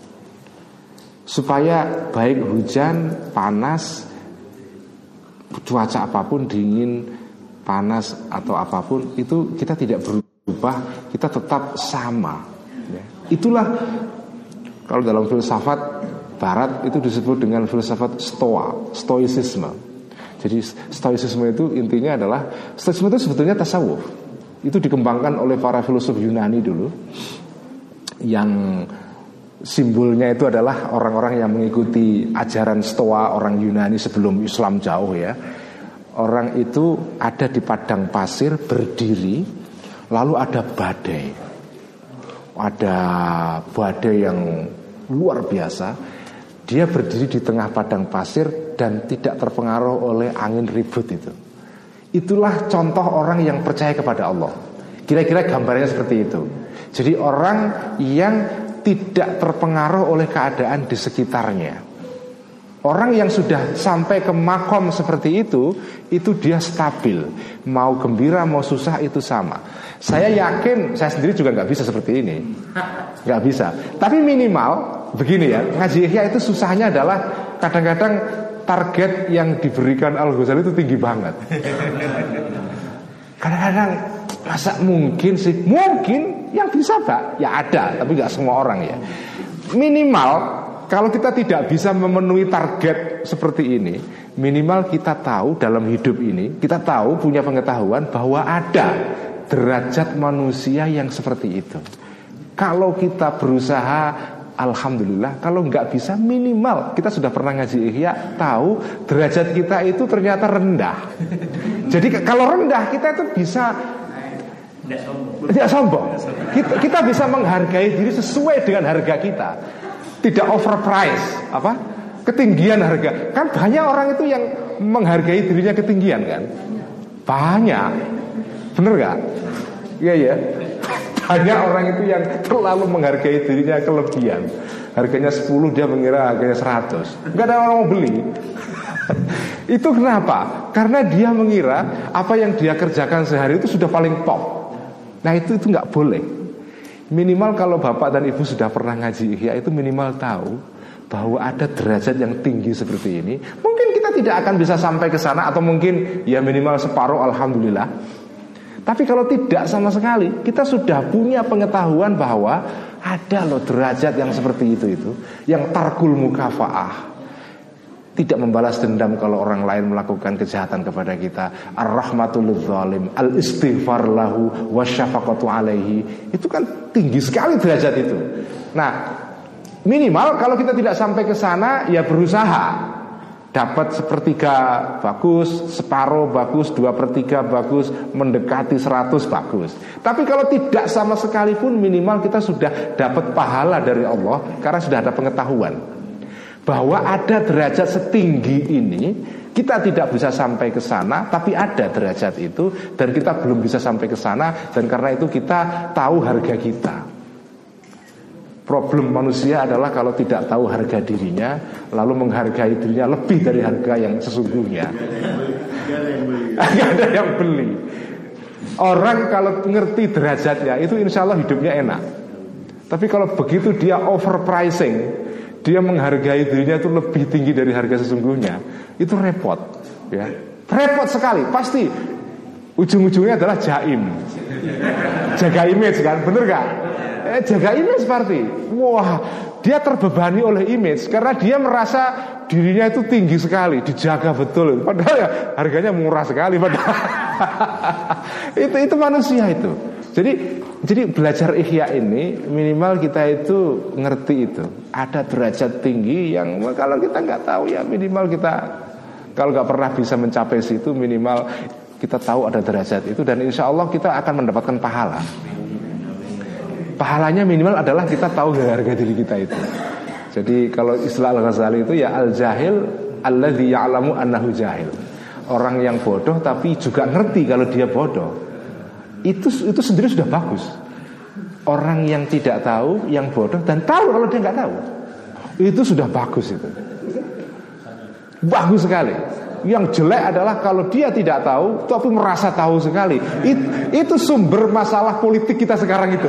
supaya baik hujan, panas, cuaca apapun, dingin, panas atau apapun, itu kita tidak berubah, kita tetap sama ya. Itulah kalau dalam filsafat Barat itu disebut dengan filsafat stoa, stoicisme. Jadi stoicisme itu intinya adalah, stoicisme itu sebetulnya tasawuf. Itu dikembangkan oleh para filosof Yunani dulu, yang simbolnya itu adalah orang-orang yang mengikuti ajaran stoa orang Yunani sebelum Islam jauh ya. Orang itu ada di padang pasir berdiri, lalu ada badai. Ada badai yang luar biasa. Dia berdiri di tengah padang pasir dan tidak terpengaruh oleh angin ribut itu. Itulah contoh orang yang percaya kepada Allah. Kira-kira gambarnya seperti itu. Jadi orang yang tidak terpengaruh oleh keadaan di sekitarnya. Orang yang sudah sampai ke makom seperti itu, itu dia stabil. Mau gembira, mau susah, itu sama. Saya yakin, saya sendiri juga gak bisa seperti ini, gak bisa. Tapi minimal begini ya, ngaji Ihya itu susahnya adalah kadang-kadang target yang diberikan Al-Ghazali itu tinggi banget. Kadang-kadang masa mungkin sih, mungkin yang bisa Pak, ya ada, tapi gak semua orang ya. Minimal kalau kita tidak bisa memenuhi target seperti ini, minimal kita tahu dalam hidup ini, kita tahu, punya pengetahuan bahwa ada derajat manusia yang seperti itu. Kalau kita berusaha, alhamdulillah. Kalau nggak bisa, minimal kita sudah pernah ngaji Ihya, tahu derajat kita itu ternyata rendah. Jadi kalau rendah, kita itu bisa Tidak sombong. Tidak sombong. Kita, kita bisa menghargai diri sesuai dengan harga kita. Tidak overprice, apa? Ketinggian harga. Kan banyak orang itu yang menghargai dirinya ketinggian kan? Banyak. Bener gak? Iya ya. Banyak orang itu yang terlalu menghargai dirinya kelebihan. Harganya sepuluh dia mengira harganya seratus. Enggak ada orang mau beli. Itu kenapa? Karena dia mengira apa yang dia kerjakan sehari itu sudah paling top. Nah itu itu nggak boleh. Minimal kalau bapak dan ibu sudah pernah ngaji ihya, itu minimal tahu bahwa ada derajat yang tinggi seperti ini. Mungkin kita tidak akan bisa sampai ke sana, atau mungkin ya minimal separuh, alhamdulillah. Tapi kalau tidak sama sekali, kita sudah punya pengetahuan bahwa ada loh derajat yang seperti itu itu, yang tarkul mukafaah, tidak membalas dendam kalau orang lain melakukan kejahatan kepada kita, ar-rahmatul zalim, al-istighfar lahu, wasyafaqatu alaihi. Itu kan tinggi sekali derajat itu. Nah, minimal kalau kita tidak sampai ke sana, ya berusaha. Dapat sepertiga bagus, separuh bagus, dua per tiga bagus, mendekati seratus bagus. Tapi kalau tidak sama sekali pun, minimal kita sudah dapat pahala dari Allah, karena sudah ada pengetahuan bahwa ada derajat setinggi ini. Kita tidak bisa sampai ke sana, tapi ada derajat itu, dan kita belum bisa sampai ke sana, dan karena itu kita tahu harga kita. Problem manusia adalah kalau tidak tahu harga dirinya, lalu menghargai dirinya lebih dari harga yang sesungguhnya. Gak ada yang beli. Orang kalau ngerti derajatnya, itu insya Allah hidupnya enak. Tapi kalau begitu dia overpricing, dia menghargai dirinya itu lebih tinggi dari harga sesungguhnya, itu repot, ya. Repot sekali, pasti ujung-ujungnya adalah jaim. Jaga image kan, bener gak? Eh, jaga image seperti, wah, dia terbebani oleh image karena dia merasa dirinya itu tinggi sekali, dijaga betul. Padahal ya harganya murah sekali. Padahal itu itu manusia itu. Jadi jadi belajar ihya ini minimal kita itu ngerti itu. Ada derajat tinggi yang kalau kita nggak tahu ya minimal kita, kalau nggak pernah bisa mencapai situ, minimal kita tahu ada derajat itu, dan insya Allah kita akan mendapatkan pahala. Pahalanya minimal adalah kita tahu harga diri kita itu. Jadi kalau istilah Al-Ghazali itu ya al-jahil alladzi ya'lamu annahu jahil. Orang yang bodoh tapi juga ngerti kalau dia bodoh. Itu itu sendiri sudah bagus. Orang yang tidak tahu, yang bodoh dan tahu kalau dia nggak tahu, itu sudah bagus itu. Bagus sekali. Yang jelek adalah kalau dia tidak tahu tapi merasa tahu sekali. It, itu sumber masalah politik kita sekarang itu.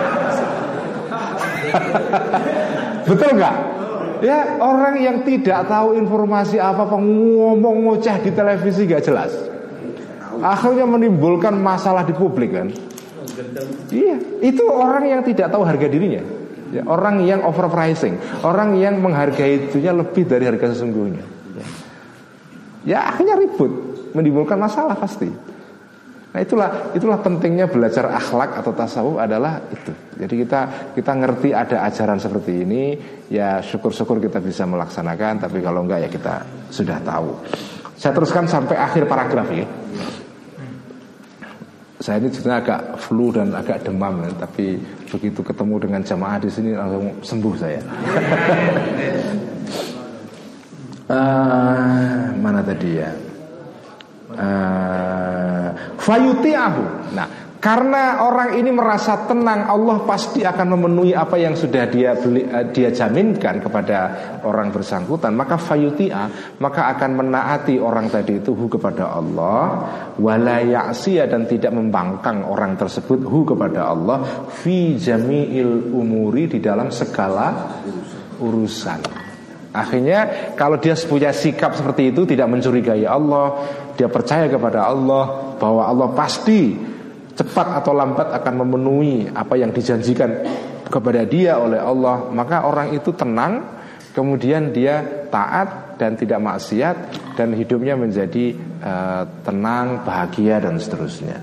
Betul nggak? Ya, orang yang tidak tahu informasi apa-apa, ngomong ngoceh di televisi gak jelas, akhirnya menimbulkan masalah di publik kan. Iya, itu orang yang tidak tahu harga dirinya, ya, orang yang overpricing, orang yang menghargai dirinya lebih dari harga sesungguhnya. Ya, ya akhirnya ribut, menimbulkan masalah pasti. Nah itulah itulah pentingnya belajar akhlak atau tasawuf adalah itu. Jadi kita kita ngerti ada ajaran seperti ini, ya syukur-syukur kita bisa melaksanakan. Tapi kalau enggak ya kita sudah tahu. Saya teruskan sampai akhir paragraf ya. Saya ini sebenarnya agak flu dan agak demam, ya, tapi begitu ketemu dengan jamaah di sini langsung sembuh saya. uh, mana tadi ya? Uh, fayuti'ahu. Nah, karena orang ini merasa tenang, Allah pasti akan memenuhi apa yang sudah dia beli, uh, dia jaminkan kepada orang bersangkutan, maka fayuti'ah, maka akan menaati orang tadi itu hu kepada Allah, wala ya'siyah, dan tidak membangkang orang tersebut hu kepada Allah fi jami'il umuri, di dalam segala urusan. Akhirnya kalau dia punya sikap seperti itu, tidak mencurigai Allah, dia percaya kepada Allah bahwa Allah pasti cepat atau lambat akan memenuhi apa yang dijanjikan kepada dia oleh Allah, maka orang itu tenang, kemudian dia taat dan tidak maksiat, dan hidupnya menjadi uh, tenang, bahagia dan seterusnya.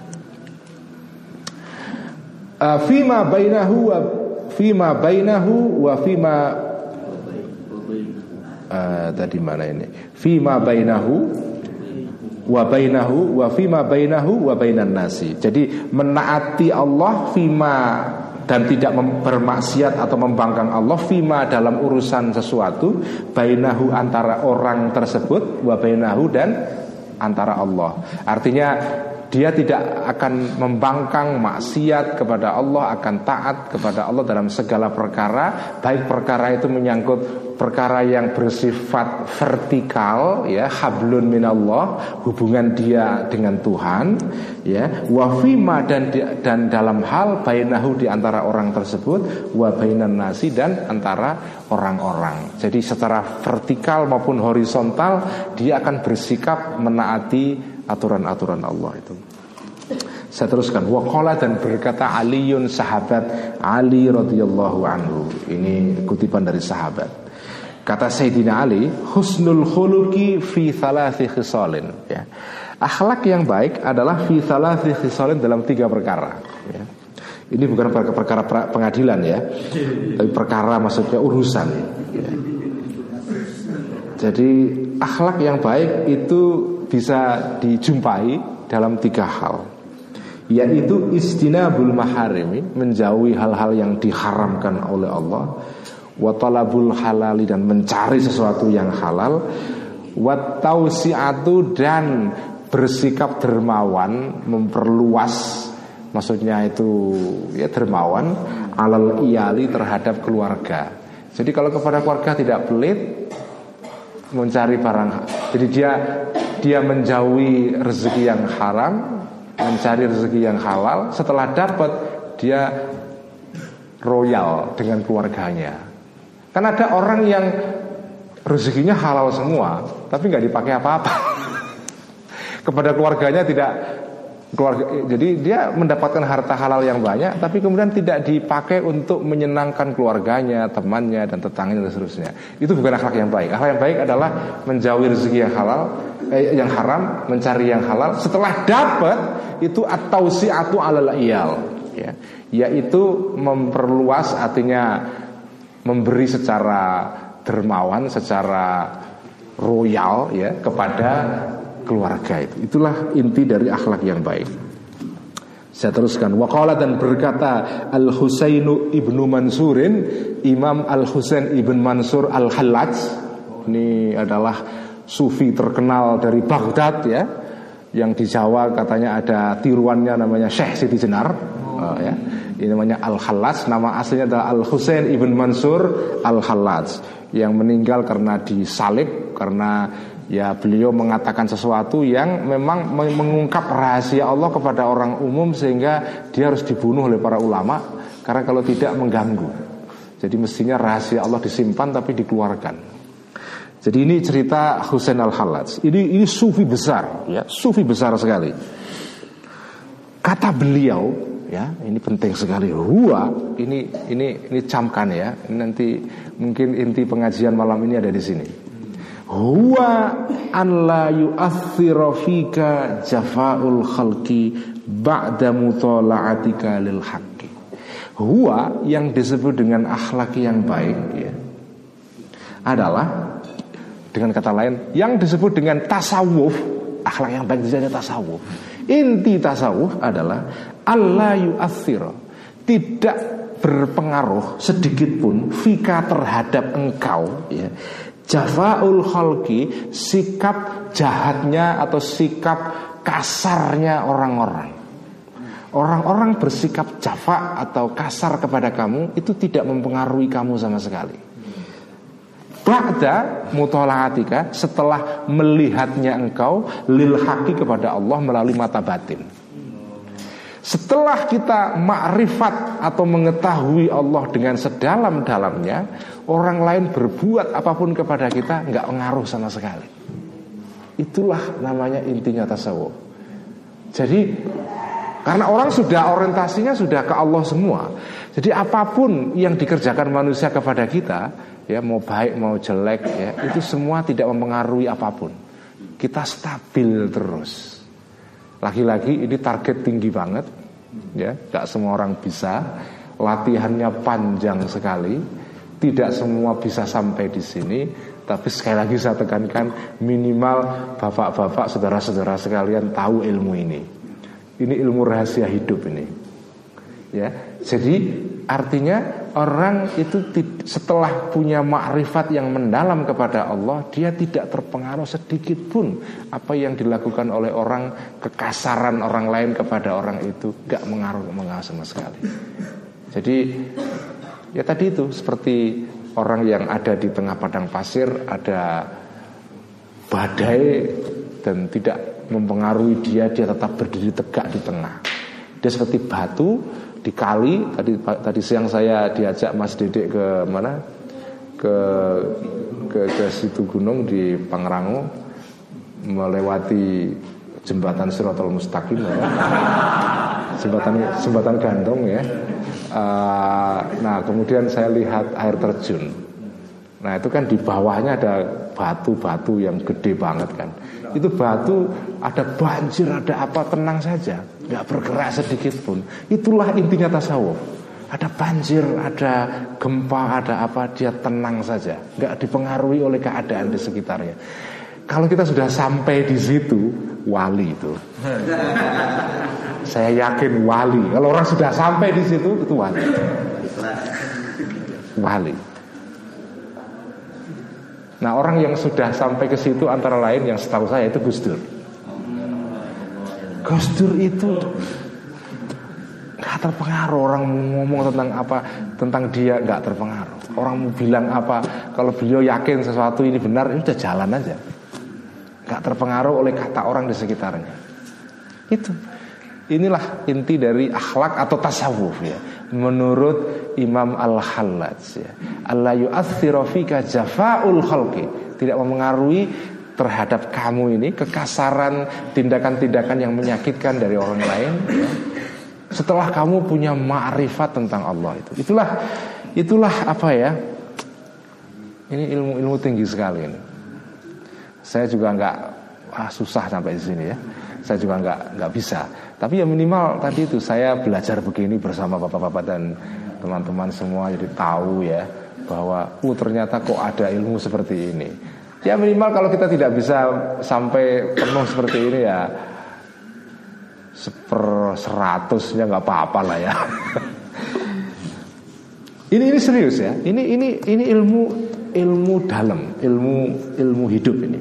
Uh, fima bainahu wa fima bainahu wa fima Uh, tadi mana ini? Fima bainahu wa bainahu wa fima bainahu wa bainan nasi. Jadi menaati Allah fima, dan tidak bermaksiat atau membangkang Allah fima dalam urusan sesuatu, bainahu antara orang tersebut, wa bainahu dan antara Allah. Artinya dia tidak akan membangkang maksiat kepada Allah, akan taat kepada Allah dalam segala perkara, baik perkara itu menyangkut perkara yang bersifat vertikal, ya, hablun minallah, hubungan dia dengan Tuhan, ya, wa fima, dan dan dalam hal bainahu, di antara orang tersebut, wa bainan nasi, dan antara orang-orang. Jadi secara vertikal maupun horizontal dia akan bersikap menaati aturan-aturan Allah itu. Saya teruskan, waqala, dan berkata Aliun, sahabat Ali radhiyallahu anhu. Ini kutipan dari sahabat. Kata Sayyidina Ali, husnul khuluqi fi thalathi khisalin, ya. Akhlak yang baik adalah fi thalathi khisalin, dalam tiga perkara, ya. Ini bukan perkara pengadilan, ya, tapi perkara maksudnya urusan, ya. Jadi akhlak yang baik itu bisa dijumpai dalam tiga hal, yaitu istinabul maharimi, menjauhi hal-hal yang diharamkan oleh Allah, wa talabul halali, dan mencari sesuatu yang halal, wa tausi'atu, dan bersikap dermawan, memperluas, maksudnya itu ya dermawan, alal iyali, terhadap keluarga. Jadi kalau kepada keluarga tidak pelit, mencari barang, jadi dia dia menjauhi rezeki yang haram, mencari rezeki yang halal. Setelah dapat, dia royal dengan keluarganya. Kan ada orang yang rezekinya halal semua, tapi nggak dipakai apa-apa. Kepada keluarganya tidak, keluarga, jadi dia mendapatkan harta halal yang banyak, tapi kemudian tidak dipakai untuk menyenangkan keluarganya, temannya, dan tetangganya, dan seterusnya. Itu bukan akhlak yang baik. Akhlak yang baik adalah menjauhi rezeki yang halal, eh, yang haram, mencari yang halal. Setelah dapat, itu at-tausi'atu 'alal iyal, ya, yaitu memperluas, artinya memberi secara dermawan, secara royal, ya, kepada keluarga itu. Itulah inti dari akhlak yang baik. Saya teruskan, waqala, dan berkata Al-Husainu ibnu Mansurin, Imam Al-Husain ibn Mansur Al-Hallaj. Ini adalah sufi terkenal dari Baghdad, ya, yang di Jawa katanya ada tiruannya namanya Syekh Siti Jenar, oh, ya. Ini namanya Al-Hallaj. Nama aslinya adalah Al-Husain ibn Mansur Al-Hallaj, yang meninggal karena disalib, karena ya beliau mengatakan sesuatu yang memang mengungkap rahasia Allah kepada orang umum, sehingga dia harus dibunuh oleh para ulama, karena kalau tidak mengganggu. Jadi mestinya rahasia Allah disimpan tapi dikeluarkan. Jadi ini cerita Husain Al-Hallaj. Ini ini sufi besar, ya, sufi besar sekali. Kata beliau, ya, ini penting sekali. Huwa, ini ini ini camkan, ya. Nanti mungkin inti pengajian malam ini ada di sini. Huwa an la yu'aththira fika jafa'ul khalqi ba'da mutala'atika lil haqqi. Huwa, yang disebut dengan akhlak yang baik, ya, adalah, dengan kata lain, yang disebut dengan tasawuf. Akhlak yang baik itu tasawuf. Inti tasawuf adalah alla yu'aththira, tidak berpengaruh sedikit pun fika, terhadap engkau, ya, jafa'ul khalqi, sikap jahatnya atau sikap kasarnya orang-orang. Orang-orang bersikap jafa atau kasar kepada kamu, itu tidak mempengaruhi kamu sama sekali. Ba'da mutala'atika, setelah melihatnya engkau lil haqi, kepada Allah melalui mata batin. Setelah kita makrifat atau mengetahui Allah dengan sedalam-dalamnya, orang lain berbuat apapun kepada kita nggak pengaruh sama sekali. Itulah namanya intinya tasawuf. Jadi karena orang sudah orientasinya sudah ke Allah semua, jadi apapun yang dikerjakan manusia kepada kita, ya, mau baik mau jelek, ya, itu semua tidak mempengaruhi apapun. Kita stabil terus. Lagi-lagi ini target tinggi banget, ya, gak semua orang bisa. Latihannya panjang sekali, tidak semua bisa sampai di sini. Tapi sekali lagi saya tekankan, minimal bapak-bapak, saudara-saudara sekalian tahu ilmu ini. Ini ilmu rahasia hidup ini. Ya, jadi artinya orang itu setelah punya makrifat yang mendalam kepada Allah, dia tidak terpengaruh sedikit pun apa yang dilakukan oleh orang, kekasaran orang lain kepada orang itu gak mengaruh mengaruh sama sekali. Jadi ya tadi itu seperti orang yang ada di tengah padang pasir, ada badai dan tidak mempengaruhi dia, dia tetap berdiri tegak di tengah. Dia seperti batu di kali. Tadi tadi siang saya diajak Mas Dedek ke mana? Ke ke, ke situ gunung di Pangrango, melewati jembatan Shiratal Mustaqim ya. Jembatan jembatan gantung ya. Uh, nah kemudian saya lihat air terjun. Nah itu kan di bawahnya ada batu-batu yang gede banget kan. Itu batu ada banjir, ada apa, tenang saja, nggak bergerak sedikit pun. Itulah intinya tasawuf. Ada banjir, ada gempa, ada apa, dia tenang saja, nggak dipengaruhi oleh keadaan di sekitarnya. Kalau kita sudah sampai di situ, wali itu. Saya yakin wali. Kalau orang sudah sampai di situ, itu wali. Wali. Nah orang yang sudah sampai ke situ antara lain yang setahu saya itu Gus Dur. Gus Dur itu nggak terpengaruh. Orang ngomong tentang apa, tentang dia nggak terpengaruh. Orang mau bilang apa, kalau beliau yakin sesuatu ini benar, ini udah jalan aja. Nggak terpengaruh oleh kata orang di sekitarnya. Itu. Inilah inti dari akhlak atau tasawuf ya. Menurut Imam Al-Hallaj ya. Allah yu'athiru fika jafa'ul khalqi. Tidak memengaruhi terhadap kamu ini kekasaran, tindakan-tindakan yang menyakitkan dari orang lain ya. Setelah kamu punya ma'rifat tentang Allah itu. Itulah itulah apa ya? Ini ilmu-ilmu tinggi sekali ini. Saya juga enggak ah, susah sampai di sini ya. Saya juga enggak enggak bisa. Tapi ya minimal tadi itu saya belajar begini bersama bapak-bapak dan teman-teman semua, jadi tahu ya bahwa uh ternyata kok ada ilmu seperti ini. Ya minimal kalau kita tidak bisa sampai penuh seperti ini ya seper seratusnya nggak apa-apa lah ya. ini ini serius ya. Ini ini ini ilmu ilmu dalam, ilmu ilmu hidup ini.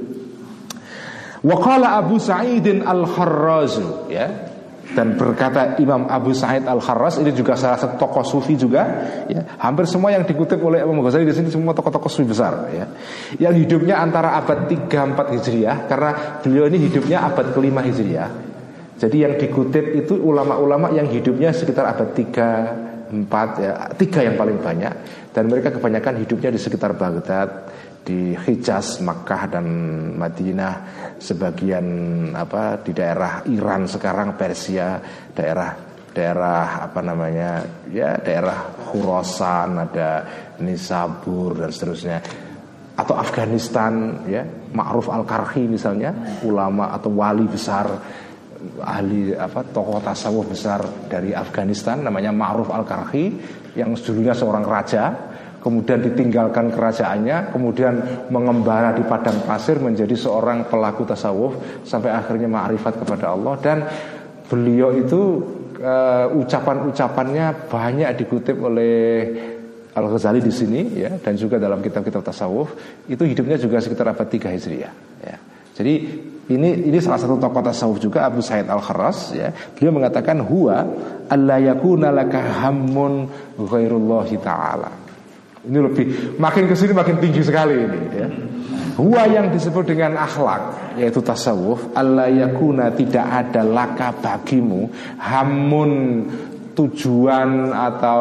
Waqala Abu Sa'idin Al-Kharraz ya. Dan berkata Imam Abu Sa'id Al-Kharraz, ini juga salah satu tokoh sufi juga ya. Hampir semua yang dikutip oleh Imam Ghazali di sini semua tokoh-tokoh sufi besar ya. Yang hidupnya antara abad tiga sampai empat Hijriah, karena beliau ini hidupnya abad kelima Hijriah. Jadi yang dikutip itu ulama-ulama yang hidupnya sekitar abad tiga, empat ya, tiga yang paling banyak. Dan mereka kebanyakan hidupnya di sekitar Baghdad, di Hijaz, Makkah dan Madinah, sebagian apa di daerah Iran sekarang, Persia, daerah daerah apa namanya ya daerah Khurasan, ada Nisabur dan seterusnya, atau Afghanistan ya, Ma'ruf Al-Karhi misalnya, ulama atau wali besar, ahli apa tokoh tasawuf besar dari Afghanistan namanya Ma'ruf Al-Karhi, yang dulunya seorang raja, kemudian ditinggalkan kerajaannya, kemudian mengembara di padang pasir menjadi seorang pelaku tasawuf sampai akhirnya ma'rifat kepada Allah. Dan beliau itu uh, ucapan-ucapannya banyak dikutip oleh Al-Ghazali di sini ya, dan juga dalam kitab-kitab tasawuf. Itu hidupnya juga sekitar abad tiga Hijriah ya. Jadi ini ini salah satu tokoh tasawuf juga, Abu Sa'id Al-Kharraz ya. Beliau mengatakan huwa alla yakuna laka hammun ghairullahi ta'ala. Ini lebih, makin kesini makin tinggi sekali ini ya. Huwa yang disebut dengan akhlak, yaitu tasawuf, alla yakuna, tidak ada laka bagimu hamun, tujuan atau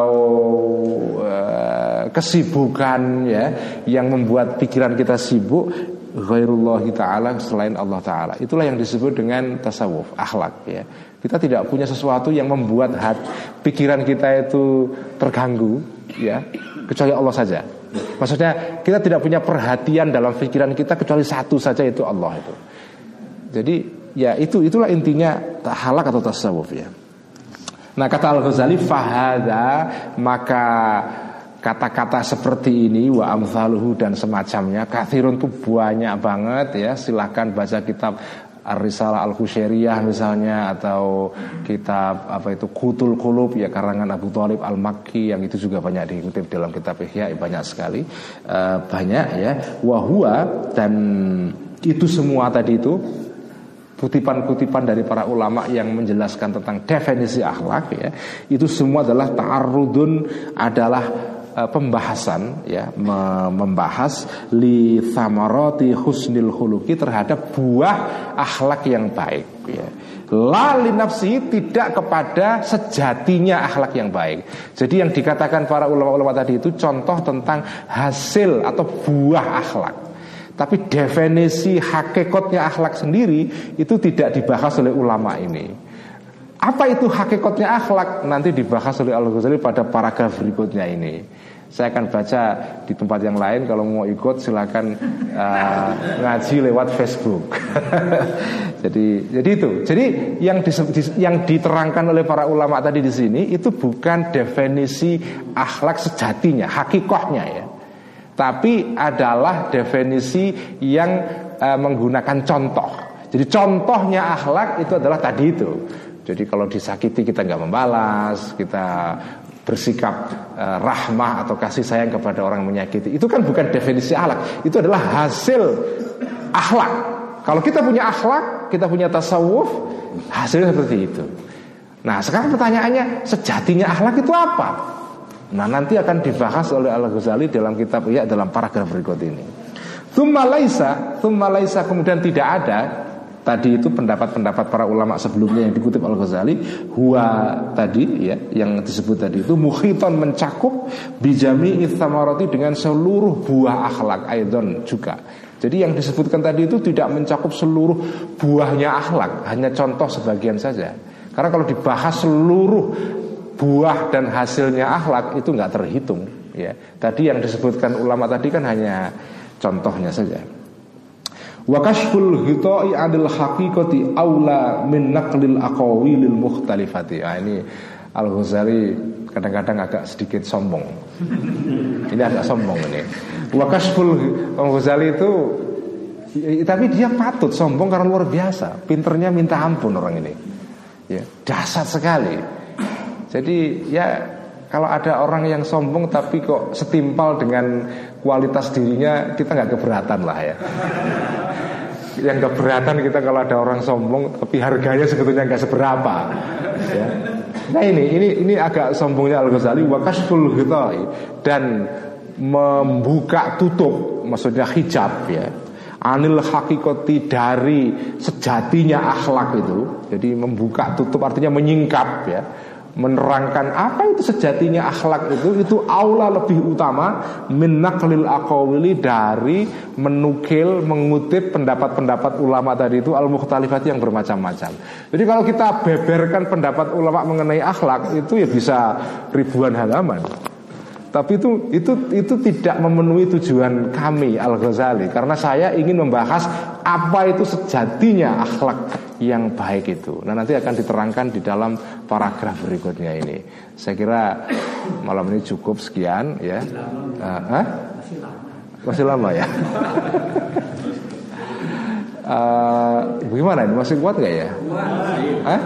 uh, kesibukan ya, yang membuat pikiran kita sibuk, ghairullahi ta'ala, selain Allah Ta'ala. Itulah yang disebut dengan tasawuf, akhlak ya. Kita tidak punya sesuatu yang membuat hati, pikiran kita itu terganggu ya, kecuali Allah saja. Maksudnya kita tidak punya perhatian dalam pikiran kita kecuali satu saja, itu Allah itu. Jadi ya itu itulah intinya akhlak atau tasawuf ya. Nah kata Al-Ghazali, fahada, maka kata-kata seperti ini wa amsaluhu dan semacamnya katsirun itu banyak banget ya. Silahkan baca kitab Ar-Risalah Al-Qushairiyah misalnya, atau kitab apa itu Qutul Qulub ya karangan Abu Thalib Al-Makki, yang itu juga banyak dikutip dalam kitab Ihya, banyak sekali uh, banyak ya. Wa huwa, dan itu semua tadi itu kutipan-kutipan dari para ulama yang menjelaskan tentang definisi akhlak ya, itu semua adalah ta'arrudun, adalah uh, pembahasan ya, membahas li thamarati husnil khuluqi, terhadap buah akhlak yang baik ya. La li nafsi, tidak kepada sejatinya akhlak yang baik. Jadi yang dikatakan para ulama-ulama tadi itu contoh tentang hasil atau buah akhlak. Tapi definisi hakikatnya akhlak sendiri itu tidak dibahas oleh ulama ini. Apa itu hakikatnya akhlak? Nanti dibahas oleh Al-Ghazali pada paragraf berikutnya ini. Saya akan baca di tempat yang lain. Kalau mau ikut silakan uh, ngaji lewat Facebook. jadi, jadi itu. Jadi yang di, yang diterangkan oleh para ulama tadi di sini itu bukan definisi akhlak sejatinya, hakikatnya ya. Tapi adalah definisi yang uh, menggunakan contoh. Jadi contohnya akhlak itu adalah tadi itu. Jadi kalau disakiti kita nggak membalas, kita bersikap uh, rahmah atau kasih sayang kepada orang yang menyakiti. Itu kan bukan definisi akhlak. Itu adalah hasil akhlak. Kalau kita punya akhlak, kita punya tasawuf, hasilnya seperti itu. Nah sekarang pertanyaannya, sejatinya akhlak itu apa? Nah nanti akan dibahas oleh Al-Ghazali dalam kitab ya, dalam paragraf berikut ini. Tsumma laisa, tsumma laisa, kemudian tidak ada. Tadi itu pendapat-pendapat para ulama sebelumnya yang dikutip Al-Ghazali. Huwa tadi ya, yang disebut tadi itu mukhiton, mencakup bijami ithamarati, dengan seluruh buah akhlak aidon juga. Jadi yang disebutkan tadi itu tidak mencakup seluruh buahnya akhlak, hanya contoh sebagian saja. Karena kalau dibahas seluruh buah dan hasilnya akhlak itu nggak terhitung ya. Tadi yang disebutkan ulama tadi kan hanya contohnya saja. Wa kashful ghita'i 'anil haqiqati aula min naqlil aqawilil mukhtalifati. Ah, ini Al-Ghazali kadang-kadang agak sedikit sombong. Ini agak sombong ini. Wa kashful, Al-Ghazali itu tapi dia patut sombong karena luar biasa. Pinternya minta ampun orang ini. Ya, dahsyat sekali. Jadi ya kalau ada orang yang sombong tapi kok setimpal dengan kualitas dirinya, kita nggak keberatan lah ya. Yang keberatan kita kalau ada orang sombong tapi harganya sebetulnya nggak seberapa ya. Nah ini ini ini agak sombongnya Al-Ghazali. Wa kashful ghita'i, dan membuka tutup, maksudnya hijab ya, anil haqiqati, dari sejatinya akhlak itu. Jadi membuka tutup artinya menyingkap ya, menerangkan apa itu sejatinya akhlak itu. Itu aula, lebih utama min naqlil aqawili, dari menukil, mengutip pendapat-pendapat ulama tadi itu al-mukhtalifat, yang bermacam-macam. Jadi kalau kita beberkan pendapat ulama mengenai akhlak itu ya bisa ribuan halaman. Tapi itu itu itu tidak memenuhi tujuan kami Al-Ghazali, karena saya ingin membahas apa itu sejatinya akhlak yang baik itu. Nah nanti akan diterangkan di dalam paragraf berikutnya ini. Saya kira malam ini cukup sekian ya. Uh, huh? Masih lama ya. uh, Bagaimana ini, masih kuat nggak ya? Hah?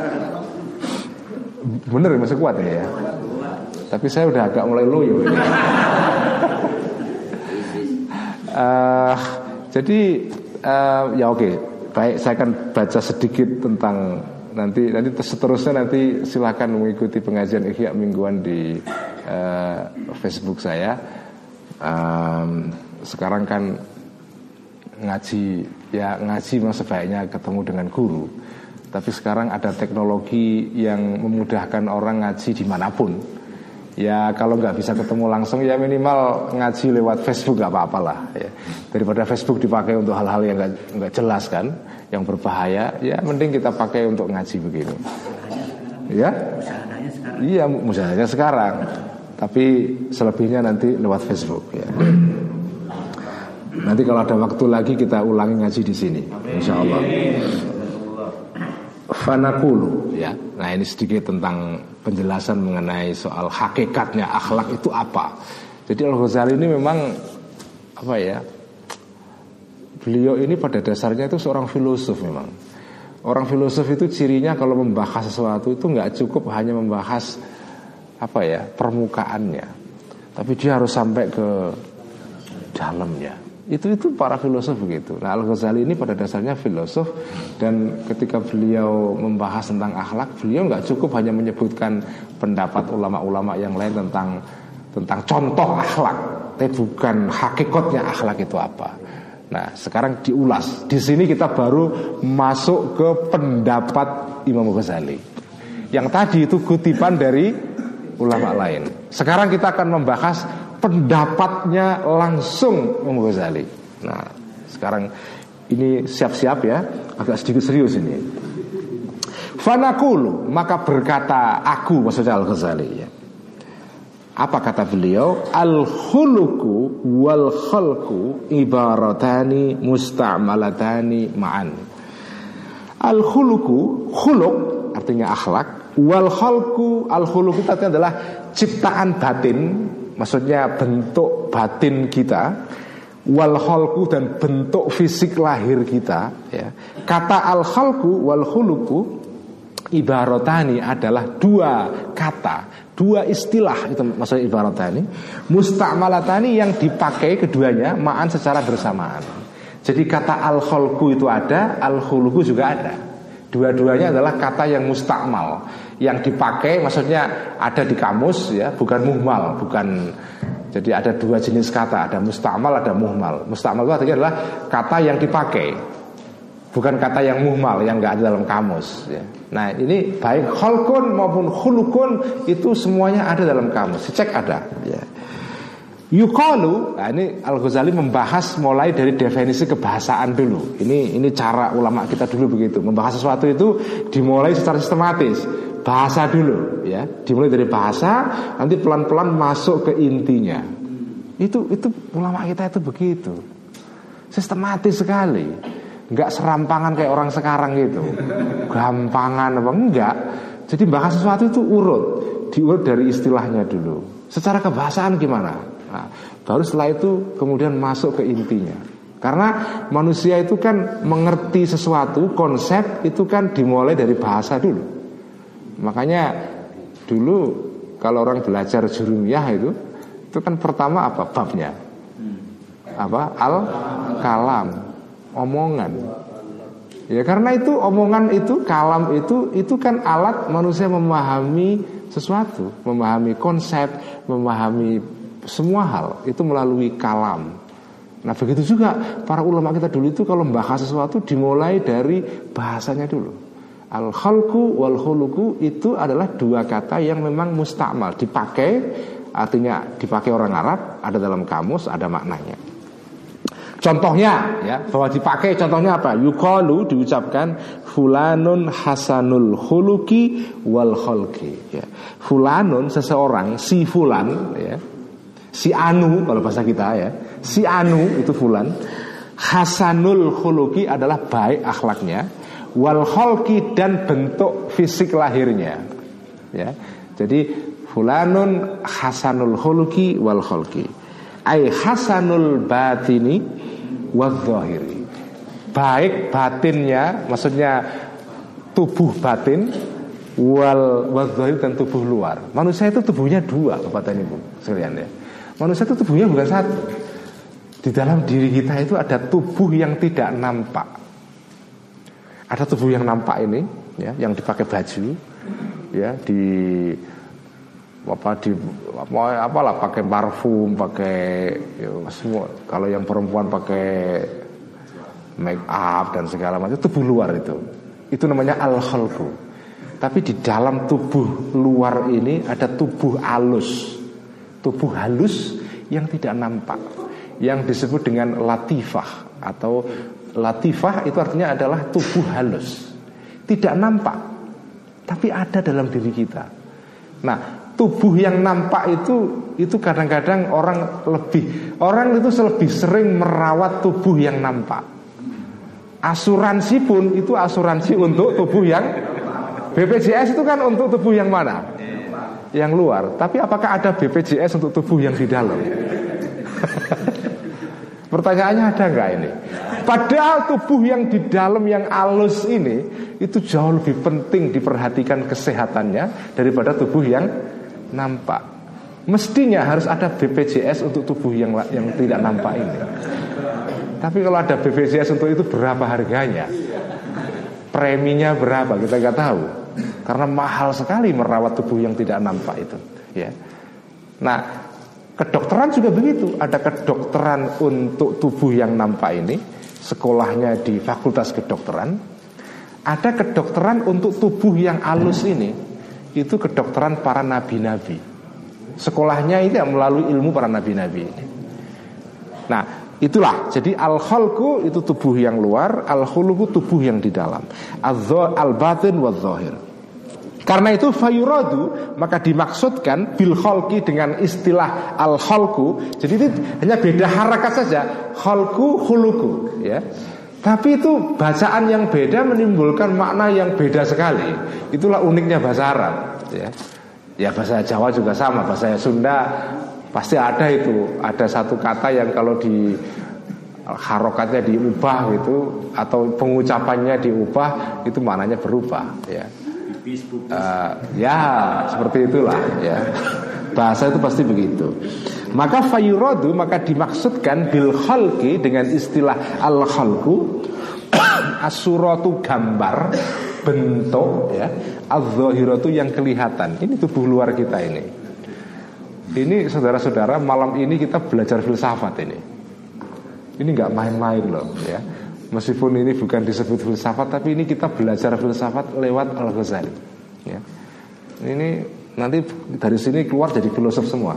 Bener masih kuat ya? Tapi saya udah agak mulai loyo ini. uh, Jadi uh, ya oke okay. Baik, saya akan baca sedikit tentang nanti nanti seterusnya nanti silakan mengikuti pengajian Ihya mingguan di uh, Facebook saya. Um, sekarang kan ngaji ya ngaji memang sebaiknya ketemu dengan guru. Tapi sekarang ada teknologi yang memudahkan orang ngaji dimanapun. Ya kalau nggak bisa ketemu langsung ya minimal ngaji lewat Facebook nggak apa-apalah ya. Daripada Facebook dipakai untuk hal-hal yang nggak nggak jelas kan, yang berbahaya, ya mending kita pakai untuk ngaji begini. Ya? Iya, musyawarahnya sekarang. Tapi selebihnya nanti lewat Facebook ya. Nanti kalau ada waktu lagi kita ulangi ngaji di sini, insyaallah. Fanaqulu ya. Nah, ini sedikit tentang penjelasan mengenai soal hakikatnya akhlak itu apa. Jadi Al-Ghazali ini memang apa ya? Beliau ini pada dasarnya itu seorang filosof memang. Orang filosof itu cirinya kalau membahas sesuatu itu nggak cukup hanya membahas apa ya permukaannya, tapi dia harus sampai ke dalamnya. Itu itu para filosof begitu. Nah, Al-Ghazali ini pada dasarnya filosof, dan ketika beliau membahas tentang akhlak, beliau nggak cukup hanya menyebutkan pendapat ulama-ulama yang lain tentang tentang contoh akhlak, tapi bukan hakikatnya akhlak itu apa. Nah, sekarang diulas. Di sini kita baru masuk ke pendapat Imam Ghazali. Yang tadi itu kutipan dari ulama lain. Sekarang kita akan membahas pendapatnya langsung Imam Ghazali. Nah, sekarang ini siap-siap ya, agak sedikit serius ini. Fanaqulu, maka berkata aku, maksudnya Al-Ghazali ya. Apa kata beliau? Al-khuluqu wal khalqu ibaratani musta'malatani ma'an. Al-khuluqu, khuluq artinya akhlak, wal khalqu, al-khuluq itu adalah ciptaan batin, maksudnya bentuk batin kita, wal khalqu dan bentuk fisik lahir kita ya. Kata al-khalqu wal khuluqu ibaratani adalah dua kata, dua istilah, itu maksudnya ibaratani, musta'malatani yang dipakai keduanya ma'an secara bersamaan. Jadi kata al-khalqu itu ada, al-khuluqu juga ada. Dua-duanya adalah kata yang musta'mal, yang dipakai, maksudnya ada di kamus ya, bukan muhmal, bukan. Jadi ada dua jenis kata, ada musta'mal, ada muhmal. Musta'mal itu artinya adalah kata yang dipakai, bukan kata yang muhmal, yang enggak ada dalam kamus ya. Nah, ini baik khalqun maupun khuluqun itu semuanya ada dalam kamus. Cek ada ya. Yuqalu, nah ini Al-Ghazali membahas mulai dari definisi kebahasaan dulu. Ini ini cara ulama kita dulu begitu. Membahas sesuatu itu dimulai secara sistematis. Bahasa dulu ya. Dimulai dari bahasa, nanti pelan-pelan masuk ke intinya. Itu itu ulama kita itu begitu. Sistematis sekali. Enggak serampangan kayak orang sekarang gitu. Gampangan apa enggak. Jadi bahas sesuatu itu urut. Diurut dari istilahnya dulu. Secara kebahasaan gimana? Nah, baru setelah itu kemudian masuk ke intinya. Karena manusia itu kan mengerti sesuatu, konsep itu kan dimulai dari bahasa dulu. Makanya dulu kalau orang belajar jurumiyah itu, itu kan pertama apa babnya? Apa? Al-kalam, omongan. Ya karena itu omongan itu, kalam itu, itu kan alat manusia memahami sesuatu, memahami konsep, memahami semua hal itu melalui kalam. Nah begitu juga para ulama kita dulu itu kalau membahas sesuatu dimulai dari bahasanya dulu. Al-khalqu wal khuluqu itu adalah dua kata yang memang musta'mal, dipakai, artinya dipakai orang Arab, ada dalam kamus, ada maknanya. Contohnya ya, bahwa dipakai contohnya apa? Yuqalu, diucapkan fulanun hasanul khuluqi wal khalqi ya. Fulanun seseorang, si fulan ya. Si Anu kalau bahasa kita ya, si Anu itu fulan, hasanul khuluqi adalah baik akhlaknya, wal khalqi dan bentuk fisik lahirnya ya. Jadi fulanun hasanul khuluqi wal khalqi, ai hasanul batini wadh-dhahiri. Baik batinnya, maksudnya tubuh batin, wal wadh-dhahiri dan tubuh luar. Manusia itu tubuhnya dua, Bapak Ibu sekalian ya. Manusia itu tubuhnya bukan satu. Di dalam diri kita itu ada tubuh yang tidak nampak. Ada tubuh yang nampak ini, ya, yang dipakai baju, ya, di apa di apa apalah pakai parfum, pakai ya, semua. Kalau yang perempuan pakai make up dan segala macam, tubuh luar itu. Itu namanya al-khalqu. Tapi di dalam tubuh luar ini ada tubuh halus. Tubuh halus yang tidak nampak, yang disebut dengan latifah. Atau latifah itu artinya adalah tubuh halus, tidak nampak, tapi ada dalam diri kita. Nah, tubuh yang nampak itu itu kadang-kadang orang lebih orang itu lebih sering merawat tubuh yang nampak. Asuransi pun itu asuransi untuk tubuh yang B P J S itu kan untuk tubuh yang mana? Yang luar. Tapi apakah ada B P J S untuk tubuh yang di dalam? Pertanyaannya ada nggak ini? Padahal tubuh yang di dalam yang halus ini itu jauh lebih penting diperhatikan kesehatannya daripada tubuh yang nampak. Mestinya harus ada B P J S untuk tubuh yang yang tidak nampak ini. Tapi kalau ada B P J S untuk itu berapa harganya? Preminya berapa? Kita nggak tahu. Karena mahal sekali merawat tubuh yang tidak nampak itu. Ya. Nah, kedokteran juga begitu. Ada kedokteran untuk tubuh yang nampak ini, sekolahnya di Fakultas Kedokteran. Ada kedokteran untuk tubuh yang halus ini, itu kedokteran para nabi-nabi. Sekolahnya ini melalui ilmu para nabi-nabi ini. Nah, itulah. Jadi al-khalqu itu tubuh yang luar, al-khuluqu tubuh yang di dalam. Al-batin wal-zahir. Karena itu fayuradu, maka dimaksudkan bil khalqi dengan istilah al khalqu. Jadi itu hanya beda harakat saja, khalqu khuluqu, ya. Tapi itu bacaan yang beda menimbulkan makna yang beda sekali. Itulah uniknya bahasa Arab, ya. Ya bahasa Jawa juga sama, bahasa Sunda pasti ada itu, ada satu kata yang kalau di harokatnya diubah gitu atau pengucapannya diubah itu maknanya berubah, ya. Uh, ya seperti itulah ya. Bahasa itu pasti begitu. Maka fayuradu, maka dimaksudkan bil khalqi dengan istilah al khalqu as-suratu gambar, bentuk ya, az-zahiratu yang kelihatan. Ini tubuh luar kita ini. Ini saudara-saudara, malam ini kita belajar filsafat ini. Ini nggak main-main loh ya. Meskipun ini bukan disebut filsafat, tapi ini kita belajar filsafat lewat Al-Ghazali ya. Ini nanti dari sini keluar jadi filosof semua.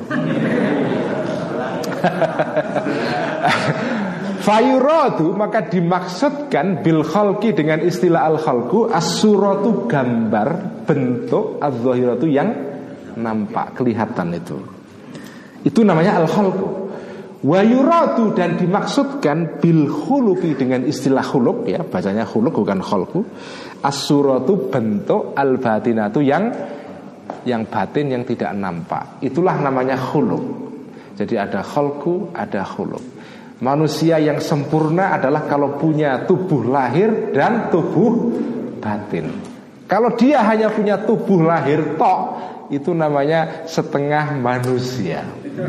Fayuradu, maka dimaksudkan bil khalqi dengan istilah al-khalqu as-suratu gambar, bentuk, az-zahiratu yang nampak, kelihatan itu. Itu namanya al-khalqu. Wa yuradu, dan dimaksudkan bil khuluqi dengan istilah khuluq ya, bacanya khuluq bukan khalqu. As-suratu bentuk, al-batinatu yang yang batin, yang tidak nampak. Itulah namanya khuluq. Jadi ada khalqu, ada khuluq. Manusia yang sempurna adalah kalau punya tubuh lahir dan tubuh batin. Kalau dia hanya punya tubuh lahir tok, itu namanya setengah manusia.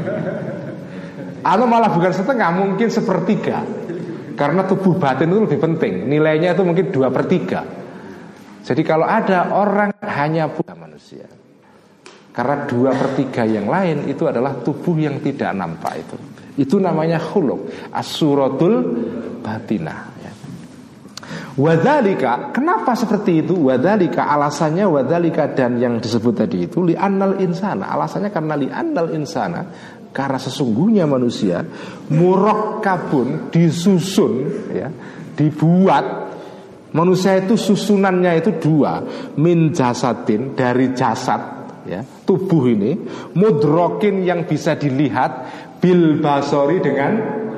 Atau malah bukan setengah, mungkin sepertiga. Karena tubuh batin itu lebih penting. Nilainya itu mungkin dua per tiga. Jadi kalau ada orang hanya punya manusia, karena dua per tiga yang lain itu adalah tubuh yang tidak nampak itu. Itu namanya khuluq, as-suratul batinah ya. Wadzalika, kenapa seperti itu? Wadzalika, alasannya wadzalika dan yang disebut tadi itu li annal insana. Alasannya karena li annal insana, karena sesungguhnya manusia murakkabun, disusun ya, dibuat. Manusia itu susunannya itu dua, min jasadin, dari jasad ya, tubuh ini, mudrokin yang bisa dilihat, bil basori dengan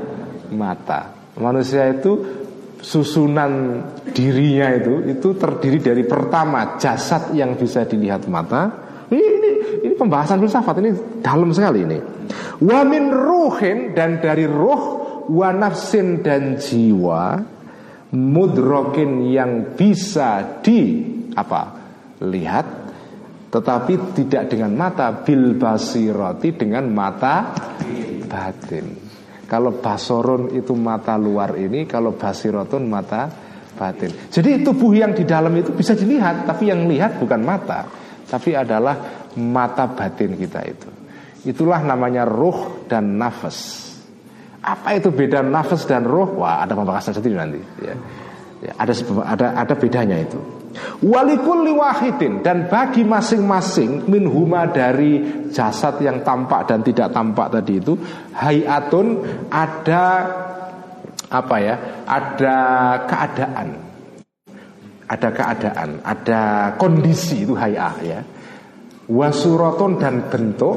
mata. Manusia itu susunan dirinya itu itu terdiri dari pertama jasad yang bisa dilihat mata. Ini ini, ini pembahasan filsafat, ini dalam sekali ini. Wa min ruhin, dan dari ruh, wa nafsin, dan jiwa, mudrokin yang bisa di apa lihat, tetapi tidak dengan mata, bil basirati dengan mata batin. Kalau basorun itu mata luar ini, kalau basiratun mata batin. Jadi tubuh yang di dalam itu bisa dilihat, tapi yang lihat bukan mata, tapi adalah mata batin kita itu. Itulah namanya ruh dan nafas. Apa itu beda nafas dan ruh? Wah, ada pembahasan sendiri nanti ya. Ya, ada ada ada bedanya itu. Walikulli wahidin, dan bagi masing-masing minhuma, dari jasad yang tampak dan tidak tampak tadi itu, hayatun, ada apa ya? Ada keadaan. Ada keadaan, ada kondisi, itu hayat ya. Wasuratun, dan bentuk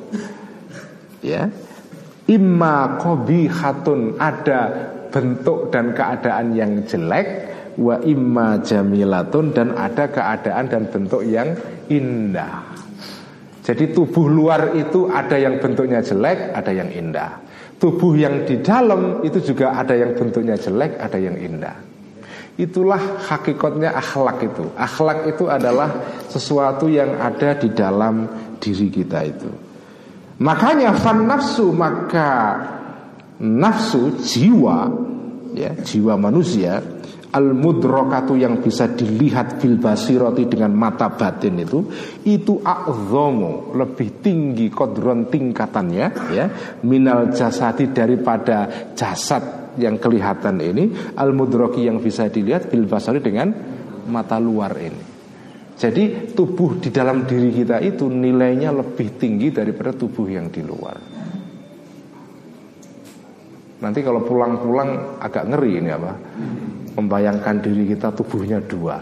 ya. Imma qabihatun, ada bentuk dan keadaan yang jelek, wa imma jamilatun, dan ada keadaan dan bentuk yang indah. Jadi tubuh luar itu ada yang bentuknya jelek, ada yang indah. Tubuh yang di dalam itu juga ada yang bentuknya jelek, ada yang indah. Itulah hakikatnya akhlak itu. Akhlak itu adalah sesuatu yang ada di dalam diri kita itu. Makanya fan nafsu, maka nafsu, jiwa, ya, jiwa manusia, al mudrokatu, yang bisa dilihat bil basirati, dengan mata batin itu, itu a'dhamu, lebih tinggi kodron tingkatannya, ya, minal jasadi, daripada jasad yang kelihatan ini, al mudroki, yang bisa dilihat bil basari, dengan mata luar ini. Jadi tubuh di dalam diri kita itu nilainya lebih tinggi daripada tubuh yang di luar. Nanti kalau pulang-pulang agak ngeri ini apa? Membayangkan diri kita tubuhnya dua.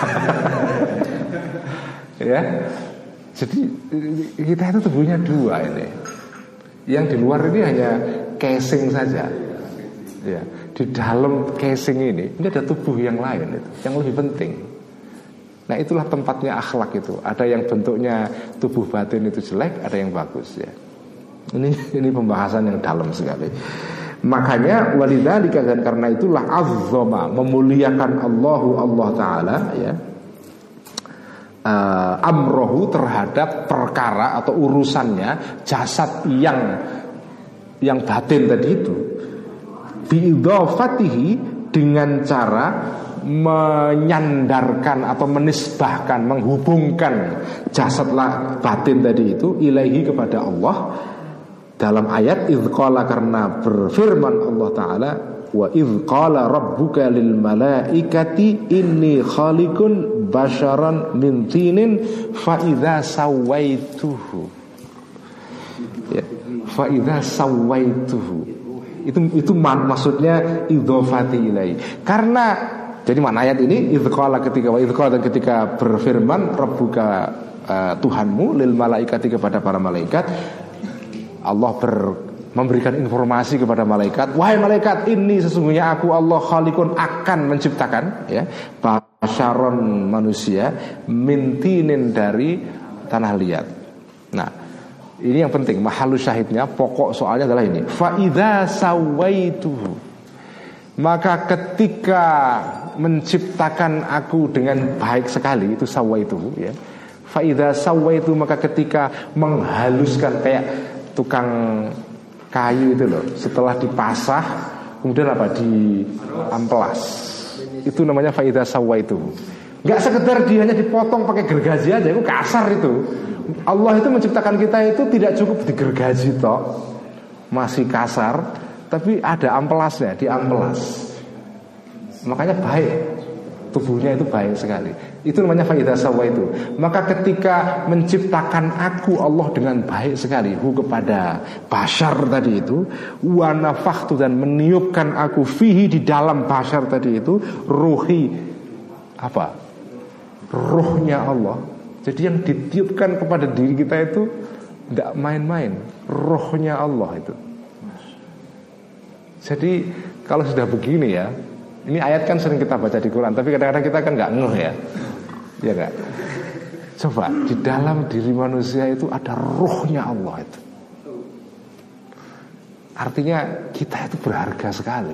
Ya. Jadi kita itu tubuhnya dua ini. Yang di luar ini hanya casing saja. Ya, di dalam casing ini ini ada tubuh yang lain itu, yang lebih penting. Nah, itulah tempatnya akhlak itu. Ada yang bentuknya tubuh batin itu jelek, ada yang bagus, ya. Ini ini pembahasan yang dalam sekali. Makanya walidzalika, dan karena itulah azzama, memuliakan Allahu Allah Ta'ala, ya, uh, amrohu, terhadap perkara atau urusannya jasad yang yang batin tadi itu, biidhafatihi, dengan cara menyandarkan atau menisbahkan, menghubungkan jasad batin tadi itu ilaihi, kepada Allah. Dalam ayat idz qala, karena berfirman Allah Ta'ala, wa idz qala rabbuka lil malaikati inni khaliqun basharan min tinin fa idza sawaituhu, ya, fa idza sawaituhu, itu itu maksudnya idhofati ilai. Karena jadi mana ayat ini idz qala, ketika wa idz qala, ketika berfirman rabbuka, uh, Tuhanmu, lil malaikati, kepada para malaikat. Allah ber, memberikan informasi kepada malaikat, wahai malaikat, ini sesungguhnya aku Allah khaliqun, akan menciptakan, ya, basyaron, manusia, mintinin, dari tanah liat. Nah, ini yang penting, mahalus syahidnya, pokok soalnya adalah ini, fa idza sawaituhu, maka ketika menciptakan aku dengan baik sekali, itu sawaituhu, ya. Fa idza sawaitu, maka ketika menghaluskan, kayak tukang kayu itu loh, setelah dipasah kemudian apa, di amplas, itu namanya faida sawaitu. Nggak sekedar dia hanya dipotong pakai gergaji aja, itu kasar itu. Allah itu menciptakan kita itu tidak cukup digergaji toh, masih kasar, tapi ada amplasnya, di amplas. Makanya baik, tubuhnya itu baik sekali. Itu namanya faida sawaitu. Maka ketika menciptakan aku Allah dengan baik sekali, hu, kepada bashar tadi itu, wa nafakhtu, dan meniupkan aku fihi, di dalam bashar tadi itu, ruhi, apa? Ruhnya Allah. Jadi yang ditiupkan kepada diri kita itu tidak main-main, ruhnya Allah itu. Jadi kalau sudah begini, ya, ini ayat kan sering kita baca di Quran, tapi kadang-kadang kita kan nggak ngeh, ya, ya nggak. Coba di dalam diri manusia itu ada ruhnya Allah itu. Artinya kita itu berharga sekali.